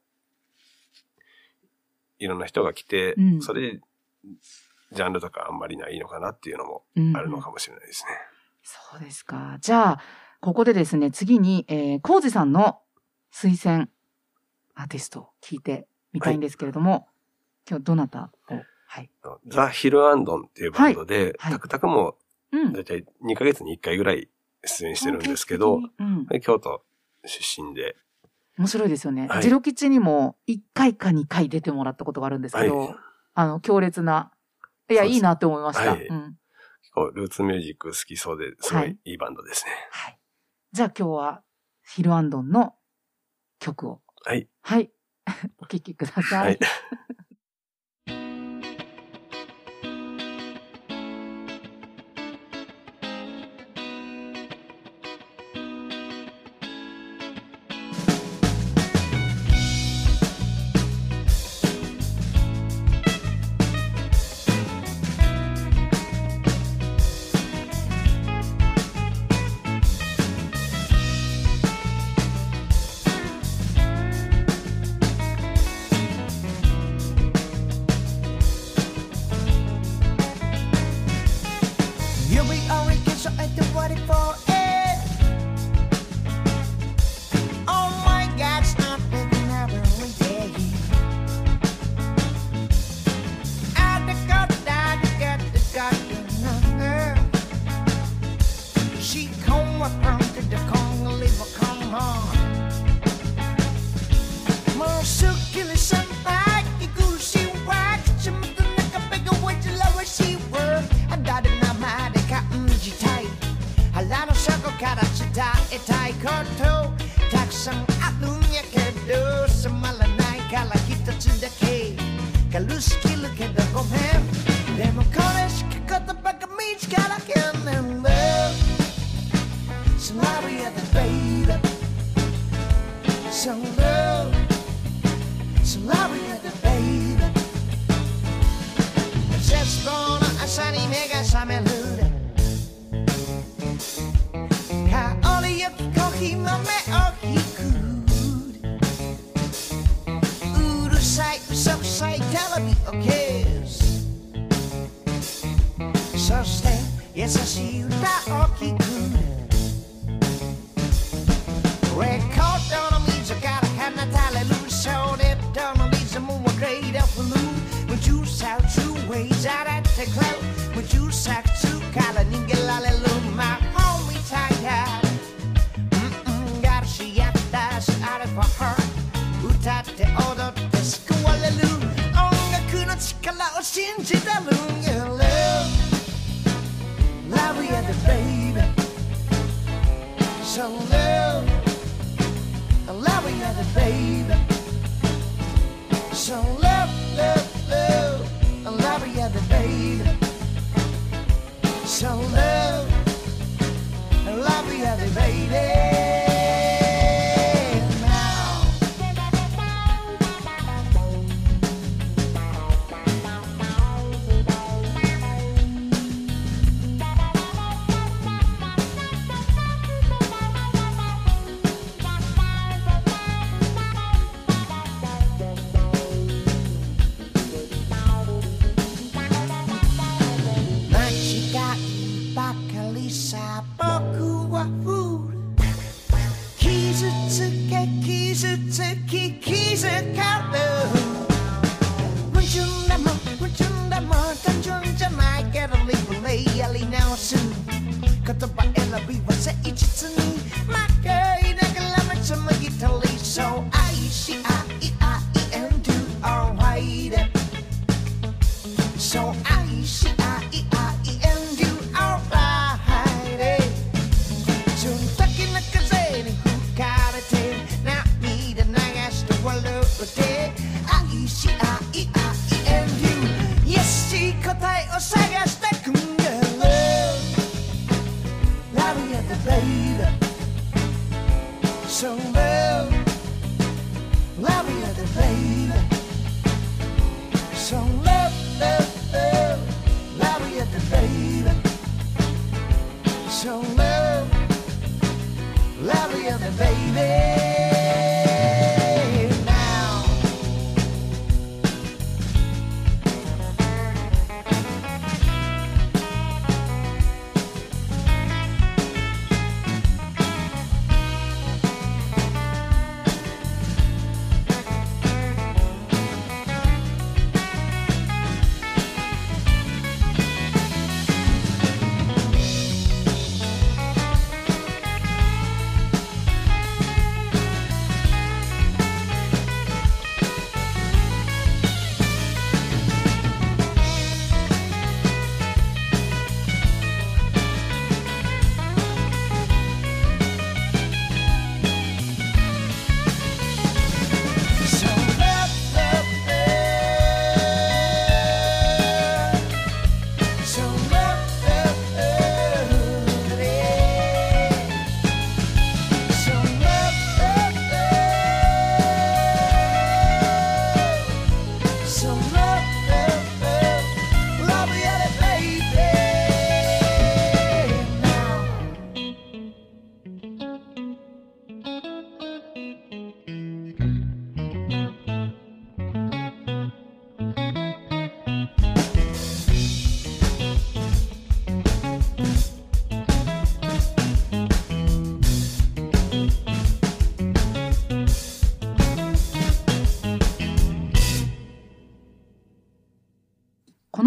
いろんな人が来て、うん、それで、ジャンルとかあんまりないのかなっていうのもあるのかもしれないですね。
うん、そうですか。じゃあ、 ここでですね、次に、えー、コウジさんの推薦アーティストを聞いてみたいんですけれども、はい、今日どなたを、はい、
ザ・ヒルアンドンっていうバンドで、はいはい、タクタクもだいたいにかげつにいっかいぐらい出演してるんですけど、うん、京都出身で。
面白いですよね。はい、ジロ吉にもいっかいかにかい出てもらったことがあるんですけど、はい、あの、強烈な、いや、いいなって思いました。はい、うん、
結構ルーツミュージック好きそうで、すごいいいバンドですね。
はい。じゃあ今日はヒルアンドンの曲を。
はい。
はい。お聴きください。はい。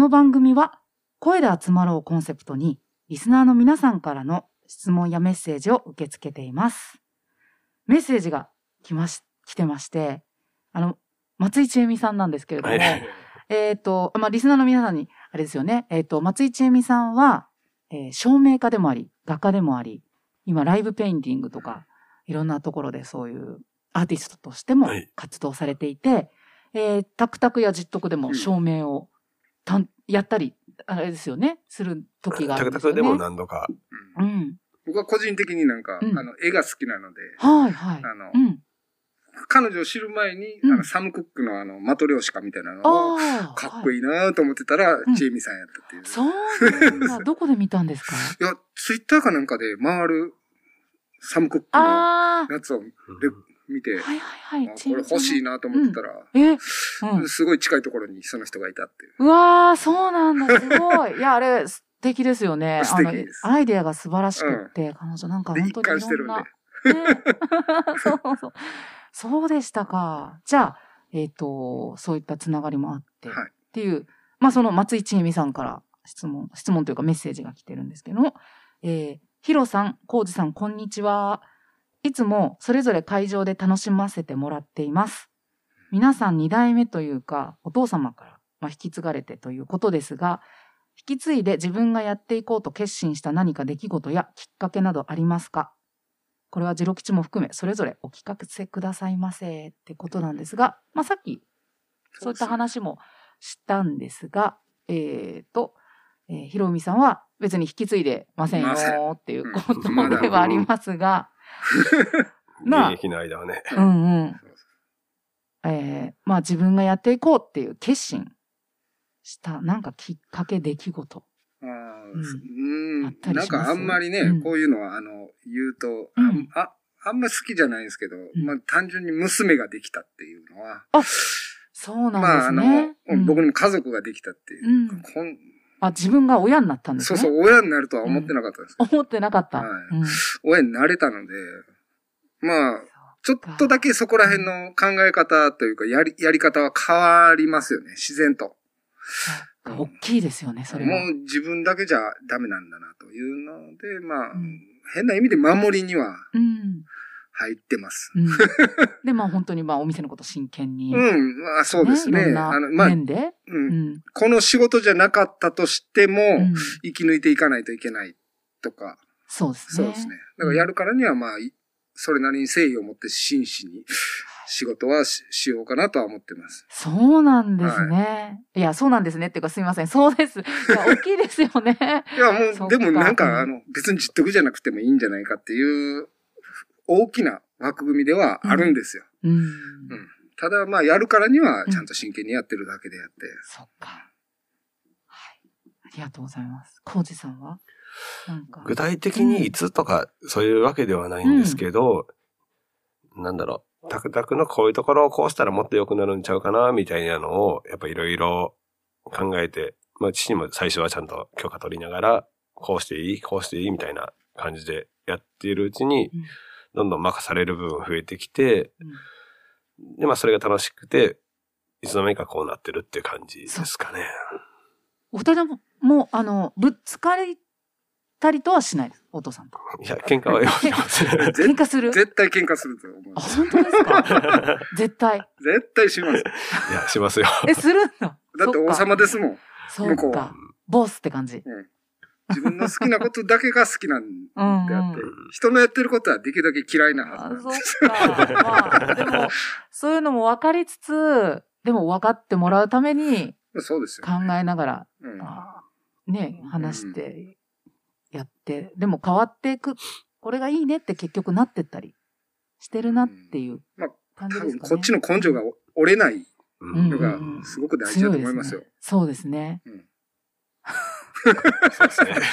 の番組は声で集まろうコンセプトにリスナーの皆さんからの質問やメッセージを受け付けています。メッセージが来まし、来てまして、あの、松井千恵美さんなんですけれども、はい、えっと、まあ、リスナーの皆さんに、あれですよね、えっと、松井千恵美さんは、えー、照明家でもあり、画家でもあり、今、ライブペインティングとか、いろんなところでそういうアーティストとしても活動されていて、はい、えー、タクタクや実得でも照明をたんやったり、あれですよね、する時があるんですよね。
タクタクでも何度か。
うん。
僕は個人的になんか、うん、あの、絵が好きなので、
はいはい。
あの、
うん、
彼女を知る前に、うん、あの、サム・クックのあの、マトリョーシカみたいなのを、かっこいいなと思ってたら、チエミさんやったっていう。
そうなんだ。どこで見たんですか？
いや、ツイッターかなんかで回るサム・クックのやつを見て、はいはいはい。これ欲しいなと思ってたら、うん、え、うん、すごい近いところにその人がいたっていう。
うわー、そうなんだ、すごい。いや、あれ、素敵ですよね。
素敵です。
アイデアが素晴らしくって、うん、彼女なんか本当にいろんな。一貫してるんで。ね、そうそう。そうでしたか。じゃあ、えっと、そういったつながりもあって、はい、っていう、まあその松井千恵美さんから質問、質問というかメッセージが来てるんですけども、えー、ヒロさん、コウジさん、こんにちは。いつもそれぞれ会場で楽しませてもらっています。皆さんに代目というか、お父様から、まあ、引き継がれてということですが、引き継いで自分がやっていこうと決心した何か出来事やきっかけなどありますか？これはジロ吉も含めそれぞれお聞かせくださいませってことなんですが、まあ、さっきそういった話もしたんですが、えっと、えー、ひろみさんは別に引き継いでませんよっていうことではありますが、
まあ、現役の間はね。
うんうん。えー、まあ自分がやっていこうっていう決心したなんかきっかけ出来事。
あうん、なんかあんまりね、うん、こういうのはあの言うと、うん、あ, あんまり好きじゃないんですけど、うん、まあ単純に娘ができたっていうのは、
あ、そうなんですね。まああの、
うん、僕にも家族ができたっていう、うん、こん
あ、自分が親になったんですね。
そうそう、親になるとは思ってなかったです。
うん、思ってなかった。
はい。うん、親になれたので、まあちょっとだけそこら辺の考え方というかやりやり方は変わりますよね、自然と。
大きいですよね、それは。
もう自分だけじゃダメなんだなというので、まあ、うん、変な意味で守りには入ってます。
うんうん、で、まあ本当にまあお店のこと真剣に。
うん、まあそうですね。
ね、いろんな面で、
まあうんうん。この仕事じゃなかったとしても、うん、生き抜いていかないといけないとか。
そうですね。
そうですね。だからやるからにはまあ、それなりに誠意を持って真摯に仕事は し, しようかなとは思ってます。
そうなんですね。はい、いや、そうなんですねっていうかすいません。そうです。いや、大きいですよね。
いや、もう、でもなんか、あの、別に実得じゃなくてもいいんじゃないかっていう大きな枠組みではあるんですよ。うん。うんうん、ただ、まあ、やるからにはちゃんと真剣にやってるだけであって。うん、
そっか。はい。ありがとうございます。コウジさんはなんか
具体的にいつとかそういうわけではないんですけど、うん、なんだろう、タクタクのこういうところをこうしたらもっと良くなるんちゃうかな、みたいなのを、やっぱいろいろ考えて、まあ父も最初はちゃんと許可取りながら、こうしていいこうしていいみたいな感じでやっているうちに、うん、どんどん任される部分増えてきて、うん、で、まあそれが楽しくて、いつの間にかこうなってるっていう感じですかね。
お二人も、もう、あの、ぶつかり、たりとはしないです。お父さんと。
いや、喧嘩はよくします。
喧嘩する
絶対喧嘩すると思う。
あ、本当ですか絶対。
絶対します。い
や、しますよ。
え、するんだ。
だって王様ですもん。
そうか。ボスって感じ、
うん。自分の好きなことだけが好きなんであって、うんうん、人のやってることはできるだけ嫌いなはずなんです。
そうか。まあ、でも、そういうのも分かりつつ、でも分かってもらうために、
そうですよ。
考えながら、うん、ね、話して、うんやって、でも変わっていく、これがいいねって結局なってったりしてるなっていう感じですかね。まあ、多分
こっちの根性が折れないのがすごく大事だと思いますよ。うんうんうん、
そうですね。うん、
そうですね。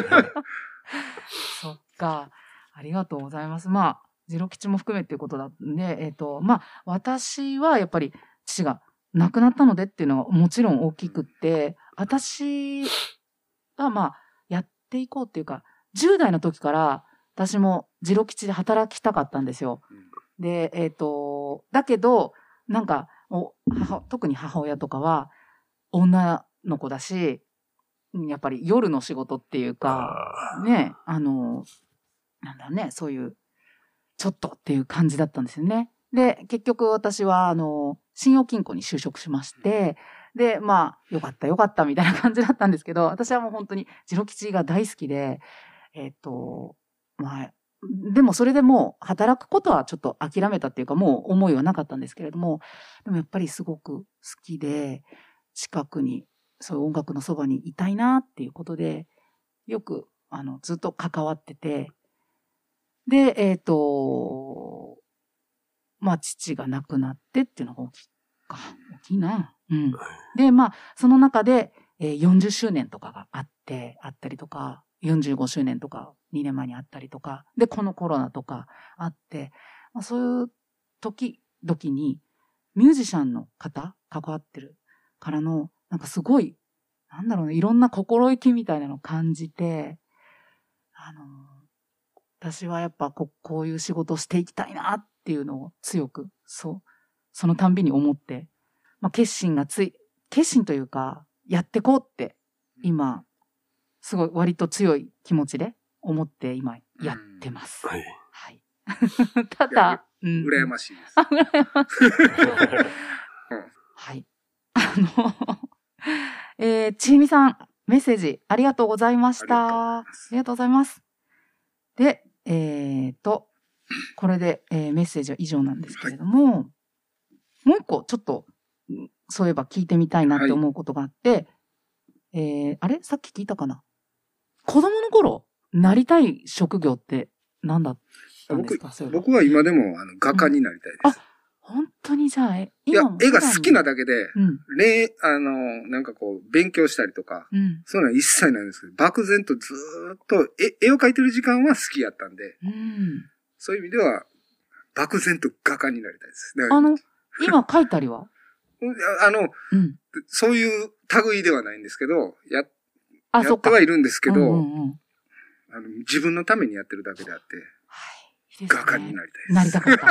そっか。ありがとうございます。まあ、ジロ吉も含めっていうことだんで、えっと、まあ、私はやっぱり父が亡くなったのでっていうのはもちろん大きくって、私はまあ、っていこうっていうか、じゅう代の時から私もジロ吉で働きたかったんですよ。うん、で、えっと、だけど、なんか、母特に母親とかは、女の子だし、やっぱり夜の仕事っていうか、ね、あの、なんだね、そういう、ちょっとっていう感じだったんですよね。で、結局私は、あの、信用金庫に就職しまして、で、まあ、よかったよかったみたいな感じだったんですけど、私はもう本当にジロ吉が大好きで、えっと、まあ、でもそれでもう働くことはちょっと諦めたっていうか、もう思いはなかったんですけれども、でもやっぱりすごく好きで、近くに、そういう音楽のそばにいたいなっていうことで、よく、あの、ずっと関わってて、で、えっと、まあ、父が亡くなってっていうのが大きいか、大きいな。うん。で、まあ、その中で、えー、よんじゅっしゅうねんとかがあって、あったりとか、よんじゅうごしゅうねんとか、にねんまえにあったりとか、で、このコロナとかあって、まあ、そういう時々に、ミュージシャンの方、関わってるからの、なんかすごい、なんだろうね、いろんな心意気みたいなのを感じて、あの、私はやっぱこ、こういう仕事をしていきたいなっていうのを強く、そう、そのたんびに思って、まあ、決心がつい、決心というか、やってこうって、今、すごい割と強い気持ちで思って今やってます。
はい。
はい。ただ、
うん、羨ましいです。
あ、羨ましい。はい。あの、えー、ちえみさん、メッセージありがとうございました。ありがとうございます。で、えーと、これで、えー、メッセージは以上なんですけれども、はい、もう一個ちょっと、そういえば聞いてみたいなって思うことがあって、はい、えー、あれさっき聞いたかな、子供の頃、なりたい職業って何だったんですか？
僕、僕は今でもあの画家になりたいです。
うん、あ、本当にじゃあ、え
今もいや、絵が好きなだけで、うん、れあの、なんかこう、勉強したりとか、うん、そういうのは一切ないんですけど、漠然とずーっと絵、絵を描いてる時間は好きやったんで、うん、そういう意味では、漠然と画家になりたいです。
あの、今描いたりは
あの、うん、そういう類ではないんですけど、や、あやってはいるんですけど、うんうんうん、あの自分のためにやってるだけであって、はい、いいですね、画家になりたいです。
なりたかった。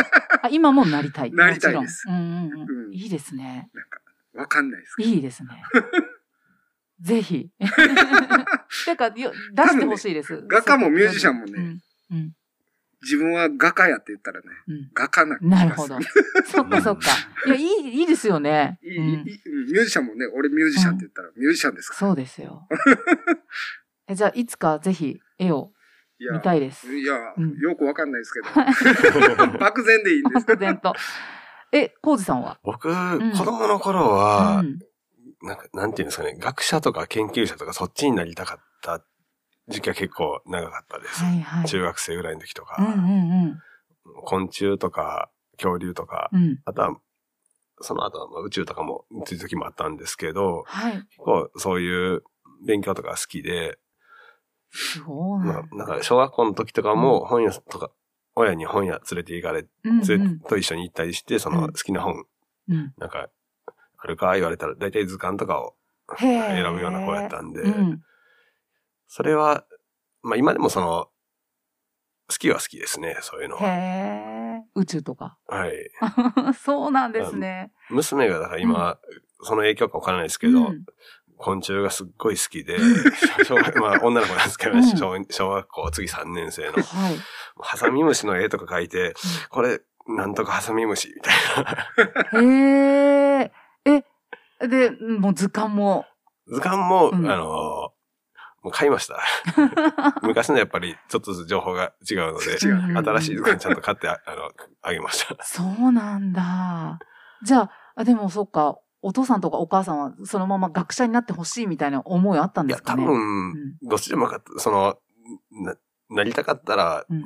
あ、今もなりたい。
なりたいです。
うんうんうん、いいですね。
なんか、わかんないですけど。
いいですね。ぜひ。てか、出してほしいです、
ね。画家もミュージシャンもね、
うんうん、
自分は画家やって言ったらね、うん、画家な気がする。
なるほど。そっかそっか。いや、いい、いいですよね。
いい、うん、いい、ミュージシャンもね、俺ミュージシャンって言ったらミュージシャンですから。
そうですよ。え、じゃあ、いつかぜひ絵を見たいです。
いや、いやうん、よくわかんないですけど。漠然でいいんです。
漠然と。え、コウジさんは？
僕、うん、子供の頃は、うん、なんか、なんていうんですかね、学者とか研究者とかそっちになりたかった時期は結構長かったです。はいはい、中学生ぐらいの時とか、うんうんうん、昆虫とか恐竜とか、うん、あとは、その後は宇宙とかもつい時もあったんですけど、はい、結構そういう勉強とか好きで、
すごい。
まあ、なんか小学校の時とかも本屋とか、親に本屋連れて行かれ、うんうん、連れと一緒に行ったりして、その好きな本、うん、なんか、あるか言われたら大体図鑑とかを選ぶような子やったんで、うん、それは、まあ今でもその、好きは好きですね、そういうのは。
へー。宇宙とか。
はい。
そうなんですね。
娘がだから今、うん、その影響かわからないですけど、うん、昆虫がすっごい好きで、小学まあ女の子なんですけど、うん、小, 小学校次さんねん生の、はい、ハサミムシの絵とか描いて、うん、これ、なんとかハサミムシみたいな。
へー。え、で、もう図鑑も。
図鑑も、うん、あの、もう買いました。昔のやっぱりちょっとずつ情報が違うので、新しい図鑑ちゃんと買ってあのあげました。
そうなんだ。じゃあ、でもそっか、お父さんとかお母さんはそのまま学者になってほしいみたいな思いあったんですかね？
いや、多分、うん、どっちでもよかった。その、な、なりたかったら、うん、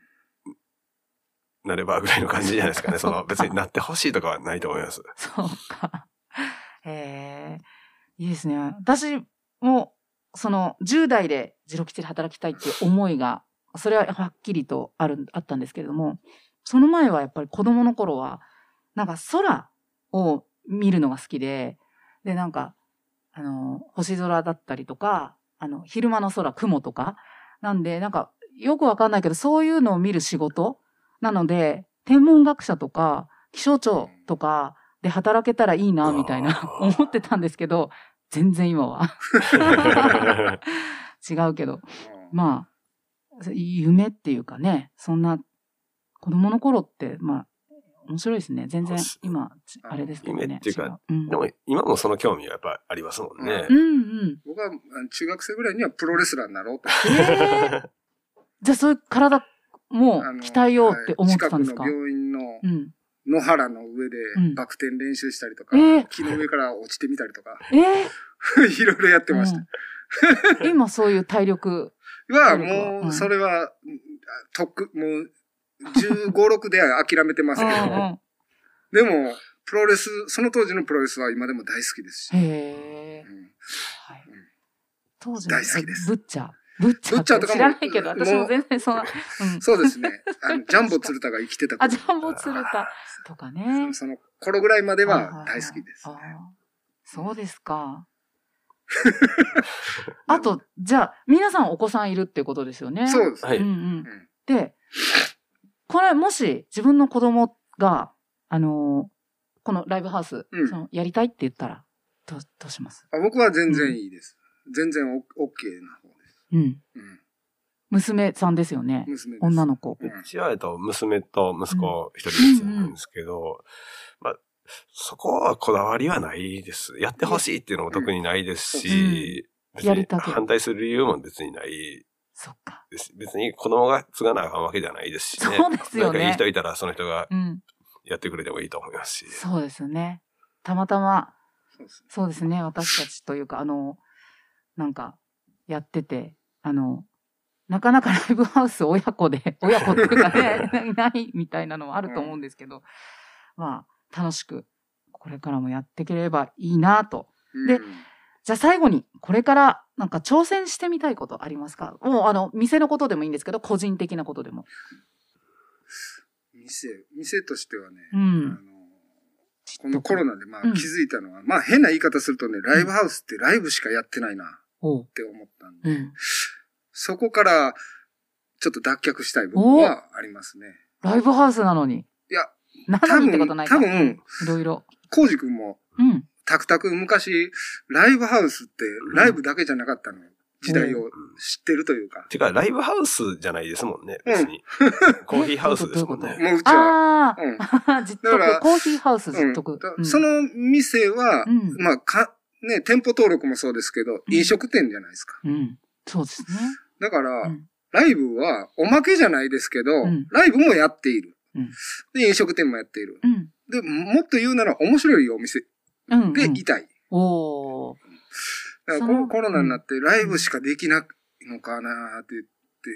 なればぐらいの感じじゃないですかね。その、別になってほしいとかはないと思います。
そうか。へえ、いいですね。私も、その、じゅう代でジロ吉で働きたいっていう思いが、それははっきりとある、あったんですけれども、その前はやっぱり子供の頃は、なんか空を見るのが好きで、で、なんか、あの、星空だったりとか、あの、昼間の空、雲とか、なんで、なんか、よくわかんないけど、そういうのを見る仕事なので、天文学者とか、気象庁とかで働けたらいいな、みたいな思ってたんですけど、 全然今は。違うけど。まあ、夢っていうかね、そんな、子供の頃って、まあ、面白いですね。全然、今、あれですけどね。
夢っていうか、うん、でも今もその興味はやっぱありますもんね。
うんうん。
僕は中学生ぐらいにはプロレスラーになろうと。
えー、じゃあそういう体も鍛えようって思ってたんですか？
近くの病院の野原の上でバク転練習したりとか、うん、木の上から落ちてみたりとか、えー、いろいろやってました。
うん、今そういう体力
は、もう、それは、とっく、もう、じゅうご、ろくで諦めてますけど、うんうん、でも、プロレス、その当時のプロレスは今でも大好きですし。へー。うんはい、
当時
大好きです。
ブッチャー。ブッチャーとか知らないけど、私も全然そんな、
うん。そうですね。あのジャンボ鶴田が生きてた。
あ、ジャンボ鶴田とかね。
その頃ぐらいまでは大好きです、ね。
そうですか。あと、じゃあ、皆さんお子さんいるっていうことですよね。
そうです。
はい。うんうん、で、これもし自分の子供が、あのー、このライブハウス、うん、そのやりたいって言ったら、どう、どうします？
あ、僕は全然いいです。うん、全然 OK な方です。
うん。うん。娘さんですよね。
娘です。
女の子。
うちは、えっと、娘と息子一人なんですけど、うんうん、まあ、そこはこだわりはないです。やってほしいっていうのも特にないですし、うん、別に反対する理由も別にない
そっか。
別に子供が継がなあかんわけじゃないですしね。
そうですよね。
なんかいい人いたらその人がやってくれてもいいと思いますし。うん、
そうですよね。たまたま、そうですね。私たちというか、あの、なんか、やってて、あの、なかなかライブハウス親子で、親子っていうかね、いないみたいなのはあると思うんですけど、うん、まあ、楽しく、これからもやっていければいいなと。で、うん、じゃあ最後に、これからなんか挑戦してみたいことありますか？もうあの、店のことでもいいんですけど、個人的なことでも。
店、店としてはね、
うん、あの
このコロナでまあ気づいたのは、うん、まあ変な言い方するとね、ライブハウスってライブしかやってないなって思ったんで、うん、そこからちょっと脱却したい部分はありますね。
ライブハウスなのに。
いや、
なのにってことないか。
多分、
いろいろ。
コウジ君も、うん、たくたく昔、ライブハウスってライブだけじゃなかったの、時代を知ってるというか。
てか、ライブハウスじゃないですもんね、別に。うん、コーヒーハウスですもんね。
もううちは。
ああ、うん、実得。コーヒーハウス実得。
うん、その店は、うん、まあ、か、ね、店舗登録もそうですけど、飲食店じゃないですか。
うん。そうですね。
だから、うん、ライブはおまけじゃないですけど、うん、ライブもやっている。うん、で、飲食店もやっている。うん、で、もっと言うなら面白いお店でいたい。
うんうん、おー。
だからコロナになってライブしかできないのかなって言って、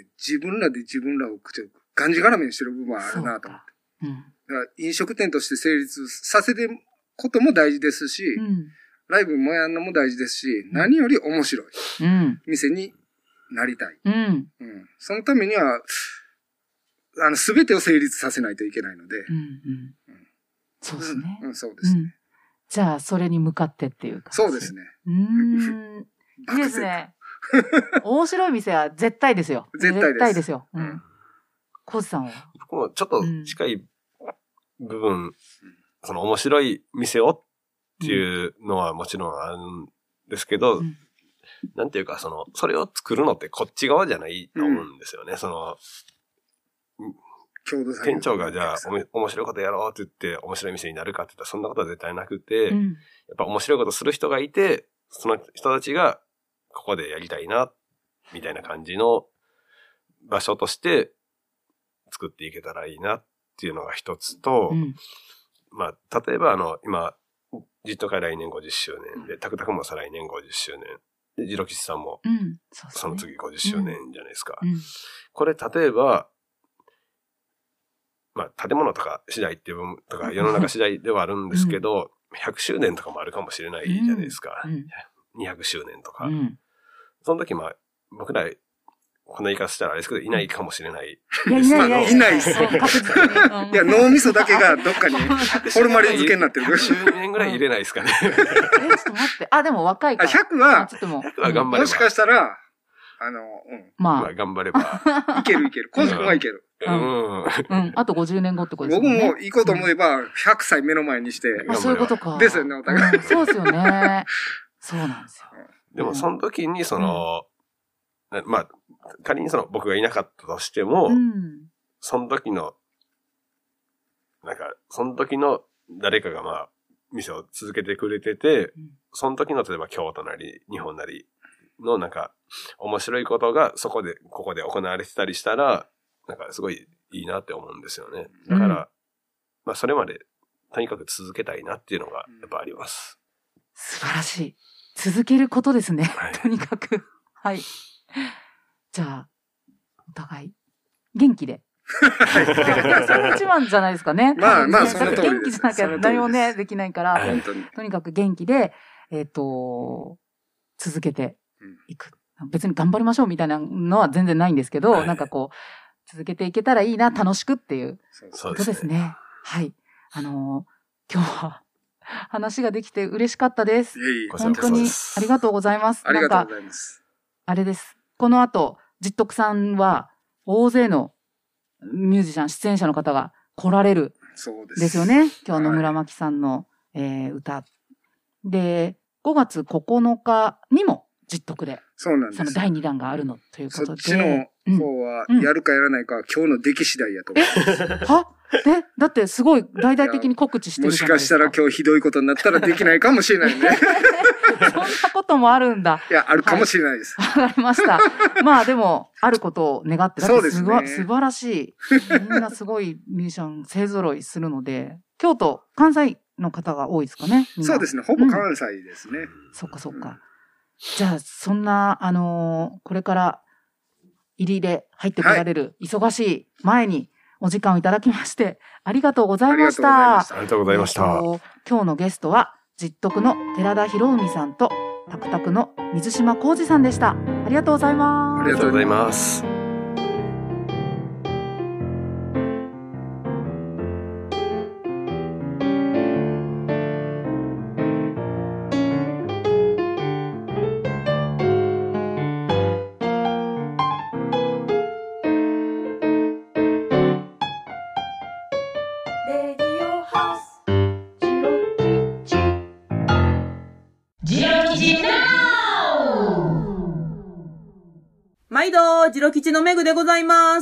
自分らで自分らをがんじがらめにしてる部分はあるなと思って。うん、だから飲食店として成立させてることも大事ですし、うん、ライブもやるのも大事ですし、うん、何より面白い店になりたい。うんうん、そのためには、あの、すべてを成立させないといけないので。うんうん
うん、そうですね、
うん。そうですね。うん、
じゃあ、それに向かってっていうか。
そうですね。
うーん。いいですね。面白い店は絶対ですよ。
絶対です。
絶対ですよ。うん。コウジさんは
僕もちょっと近い部分、うん、その面白い店をっていうのはもちろんあるんですけど、うん、なんていうか、その、それを作るのってこっち側じゃないと思うんですよね。うん、その、店長がじゃあお面白いことやろうって言って面白い店になるかって言ったらそんなことは絶対なくて、うん、やっぱ面白いことする人がいて、その人たちがここでやりたいな、みたいな感じの場所として作っていけたらいいなっていうのが一つと、うん、まあ、例えばあの、今、ジット会来年ごじゅっしゅうねんで、タクタクも再来年ごじゅっしゅうねんで、ジロ吉さんもその次ごじゅっしゅうねんじゃないですか。うんうん、これ例えば、まあ、建物とか次第っていう部分とか世の中次第ではあるんですけど、うん、ひゃくしゅうねんとかもあるかもしれないじゃないですか。うん、にひゃくしゅうねんとか。うん、その時、まあ、僕ら、こんな言い方したらあれですけど、いないかもしれない。
いや、いないいない。
いないっす。いや、脳みそだけがどっかにホルマリン漬けになってる。
ひゃくしゅうねんぐらい入れないですかね。
え、ちょっと待って。あ、でも若いから。
ひゃくは、
ちょっともう。
ひゃくは頑張れば。
もしかしたら、あの、うん。
まあ。
まあ、頑張れば。
いけるいける。コウジ君はいける。
うん。うん。あとごじゅうねんごってことですね。
僕も行こうと思えば、ひゃくさい目の前にして。
あ、そういうことか。
ですよね、お互い。
そうですよね。 そうなんですよ。
でもその時にその、うん、まあ、仮にその僕がいなかったとしても、うん、その時の、なんか、その時の誰かがまあ、店を続けてくれてて、うん、その時の例えば京都なり、日本なりのなんか、面白いことがそこで、ここで行われてたりしたら、なんかすごいいいなって思うんですよね。だから、うん、まあそれまでとにかく続けたいなっていうのがやっぱあります。
素晴らしい。続けることですね。はい、とにかく。はい。じゃあ、お互い、元気で。それ一番じゃないですかね。
まあまあ、その通りです。
元気じゃなきゃ何もね、できないから、本当にとにかく元気で、えっと、続けていく。別に頑張りましょうみたいなのは全然ないんですけど、はい、なんかこう、続けていけたらいいな、楽しくっていうことですね。はい。あのー、今日は話ができて嬉しかったです。いえいえ本当にありがとうございます。
ありがとうございます。
あれです。この後、実徳さんは大勢のミュージシャン、出演者の方が来られる。
そうです。
ですよね。今日野村真紀さんの、はい、えー、歌。で、ごがつここのかにも実徳で。
そうなんです。
そのだいにだんがあるのということで。
そっちの方は、やるかやらないかは、うん、今日の出来次第やと思います。
はえだってすごい大々的に告知してるじゃないですか。
もしかしたら今日ひどいことになったらできないかもしれないね。
そんなこともあるんだ。
いや、あるかもしれないです。
わ、はい、かりました。まあでも、あることを願って、だってすご、ね、素晴らしい。みんなすごいミュージシャン勢揃いするので、京都、関西の方が多いですかね。
そうですね。ほぼ関西ですね。うん、
そっかそっか。うん、じゃあ、そんな、あのー、これから入りで入ってこられる忙しい前にお時間をいただきまして、ありがとうございました。
ありがとうございました。
今日のゲストは、実徳の寺田博文さんと、タクタクの水島浩二さんでした。ありがとうございます。
ありがとうございます。
毎度、ジロ吉のメグでございます。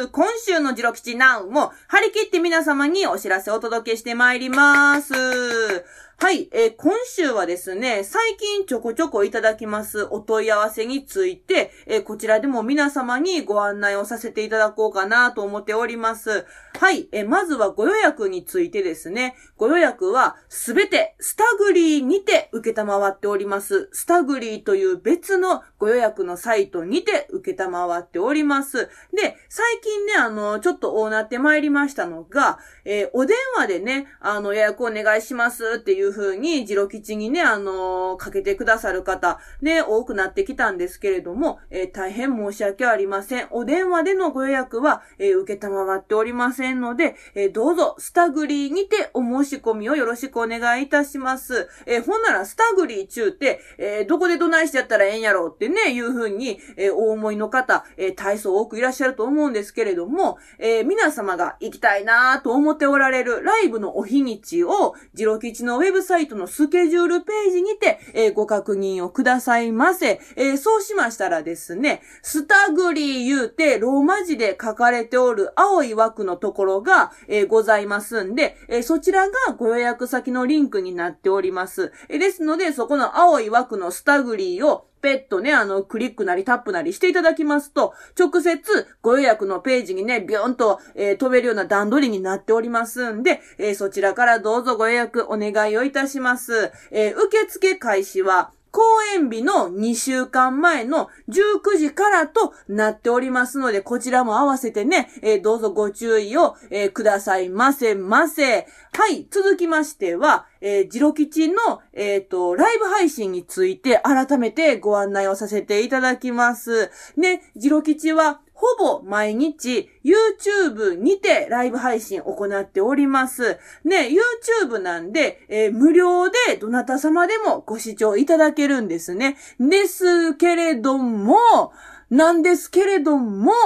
今週のジロ吉ナウも張り切って皆様にお知らせをお届けしてまいります。はい、えー、今週はですね、最近ちょこちょこいただきますお問い合わせについて、えー、こちらでも皆様にご案内をさせていただこうかなと思っております。はい、えー、まずはご予約についてですね、ご予約はすべてスタグリーにて受けたまわっております。スタグリーという別のご予約のサイトにて受けたまわっております。で、最近ね、あの、ちょっと大なってまいりましたのが、えー、お電話でね、あの、予約お願いしますっていういう風に、ジロ吉にね、あのー、かけてくださる方、ね、多くなってきたんですけれども、えー、大変申し訳ありません。お電話でのご予約は、えー、受けたまわっておりませんので、えー、どうぞ、スタグリーにてお申し込みをよろしくお願いいたします。えー、ほんなら、スタグリー中って、えー、どこでどないしちゃったらええんやろうってね、いう風に、えー、お思いの方、えー、大層多くいらっしゃると思うんですけれども、えー、皆様が行きたいなと思っておられるライブのお日にちを、ジロ吉のウェブウェブサイトのスケジュールページにて、えー、ご確認をくださいませ。えー、そうしましたらですね、スタグリー言うてローマ字で書かれておる青い枠のところが、えー、ございますんで、えー、そちらがご予約先のリンクになっております。えー、ですので、そこの青い枠のスタグリーをペッとね、あの、クリックなりタップなりしていただきますと、直接ご予約のページにね、ビューンと、えー、飛べるような段取りになっておりますんで、えー、そちらからどうぞご予約お願いをいたします。えー、受付開始は、公演日のにしゅうかんまえのじゅうくじからとなっておりますので、こちらも合わせてね、えー、どうぞご注意を、えー、くださいませませ。はい、続きましては、えー、ジロ吉の、えっと、ライブ配信について改めてご案内をさせていただきます。ね、ジロ吉は、ほぼ毎日 YouTube にてライブ配信行っております。ね、YouTube なんで、えー、無料でどなた様でもご視聴いただけるんですね。ですけれども、なんですけれども、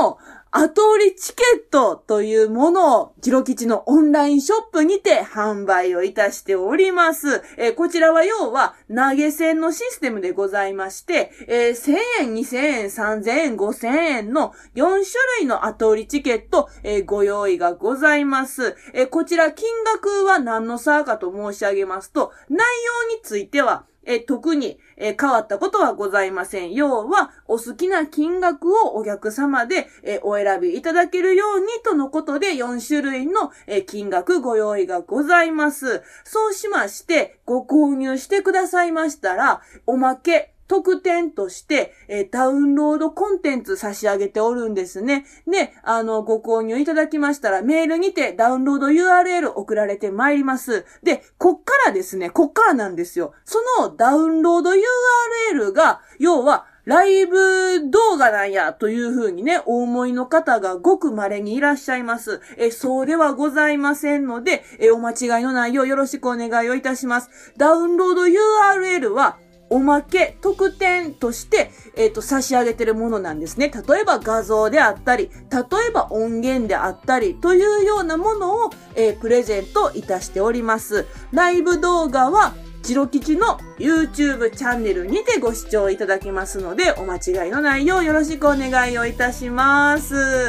後売りチケットというものを、ジロ吉のオンラインショップにて販売をいたしております。えー、こちらは要は投げ銭のシステムでございまして、えー、せんえん、にせんえん、さんぜんえん、ごせんえんのよんしゅるいの後売りチケット、えー、ご用意がございます。えー、こちら金額は何の差かと申し上げますと、内容については、えー、特に、えー、変わったことはございません。要は、お好きな金額をお客様で、えー、お選びいただけるようにとのことでよんしゅるいの、えー、金額ご用意がございます。そうしまして、ご購入してくださいましたら、おまけ、特典として、えー、ダウンロードコンテンツ差し上げておるんですね。で、あの、ご購入いただきましたら、メールにてダウンロード ユーアールエル 送られてまいります。で、こっからですね、こっからなんですよ。そのダウンロード ユーアールエル が、要は、ライブ動画なんや、というふうにね、お思いの方がごく稀にいらっしゃいます。え、そうではございませんので、え、お間違いのないようよろしくお願いをいたします。ダウンロード ユーアールエル は、おまけ、特典として、えっと、差し上げてるものなんですね。例えば画像であったり、例えば音源であったり、というようなものを、えー、プレゼントいたしております。ライブ動画は、ジロ吉の YouTube チャンネルにてご視聴いただけますので、お間違いのないようよろしくお願いをいたします。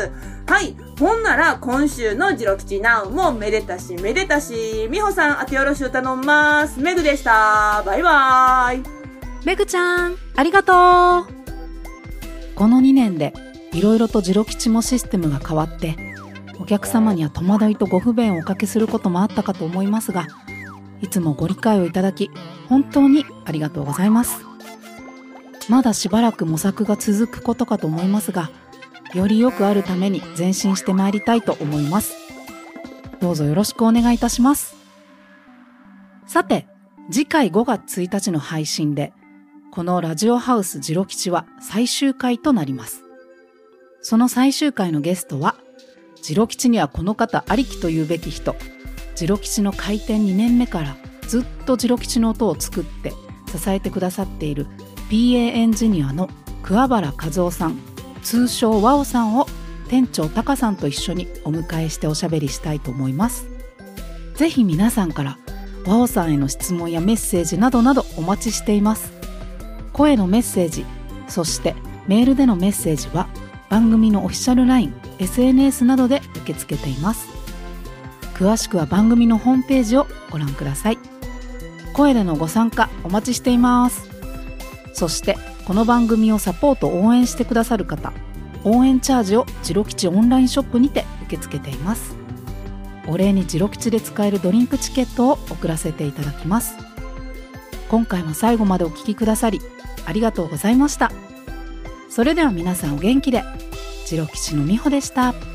はい。ほんなら、今週のジロ吉ナウもめでたしめでたし、みほさん、あてよろしゅう頼んます。めぐでした。バイバーイ。
めぐちゃん、ありがとう。このにねんでいろいろとジロ吉もシステムが変わって、お客様には戸惑いとご不便をおかけすることもあったかと思いますが、いつもご理解をいただき本当にありがとうございます。まだしばらく模索が続くことかと思いますが、より良くあるために前進してまいりたいと思います。どうぞよろしくお願いいたします。さて、次回ごがつついたちの配信で、このラジオハウスジロ吉は最終回となります。その最終回のゲストは、ジロ吉にはこの方ありきと言うべき人、ジロ吉の開店にねんめからずっとジロ吉の音を作って支えてくださっている ピーエー エンジニアの桑原和夫さん、通称ワオさんを店長タカさんと一緒にお迎えしておしゃべりしたいと思います。ぜひ皆さんからワオさんへの質問やメッセージなどなどお待ちしています。声のメッセージ、そしてメールでのメッセージは番組のオフィシャル ライン、エスエヌエス などで受け付けています。詳しくは番組のホームページをご覧ください。声でのご参加お待ちしています。そしてこの番組をサポート応援してくださる方、応援チャージをジロ吉オンラインショップにて受け付けています。お礼にジロ吉で使えるドリンクチケットを送らせていただきます。今回も最後までお聞きくださりありがとうございました。それでは皆さんお元気で。ジロ吉のみほでした。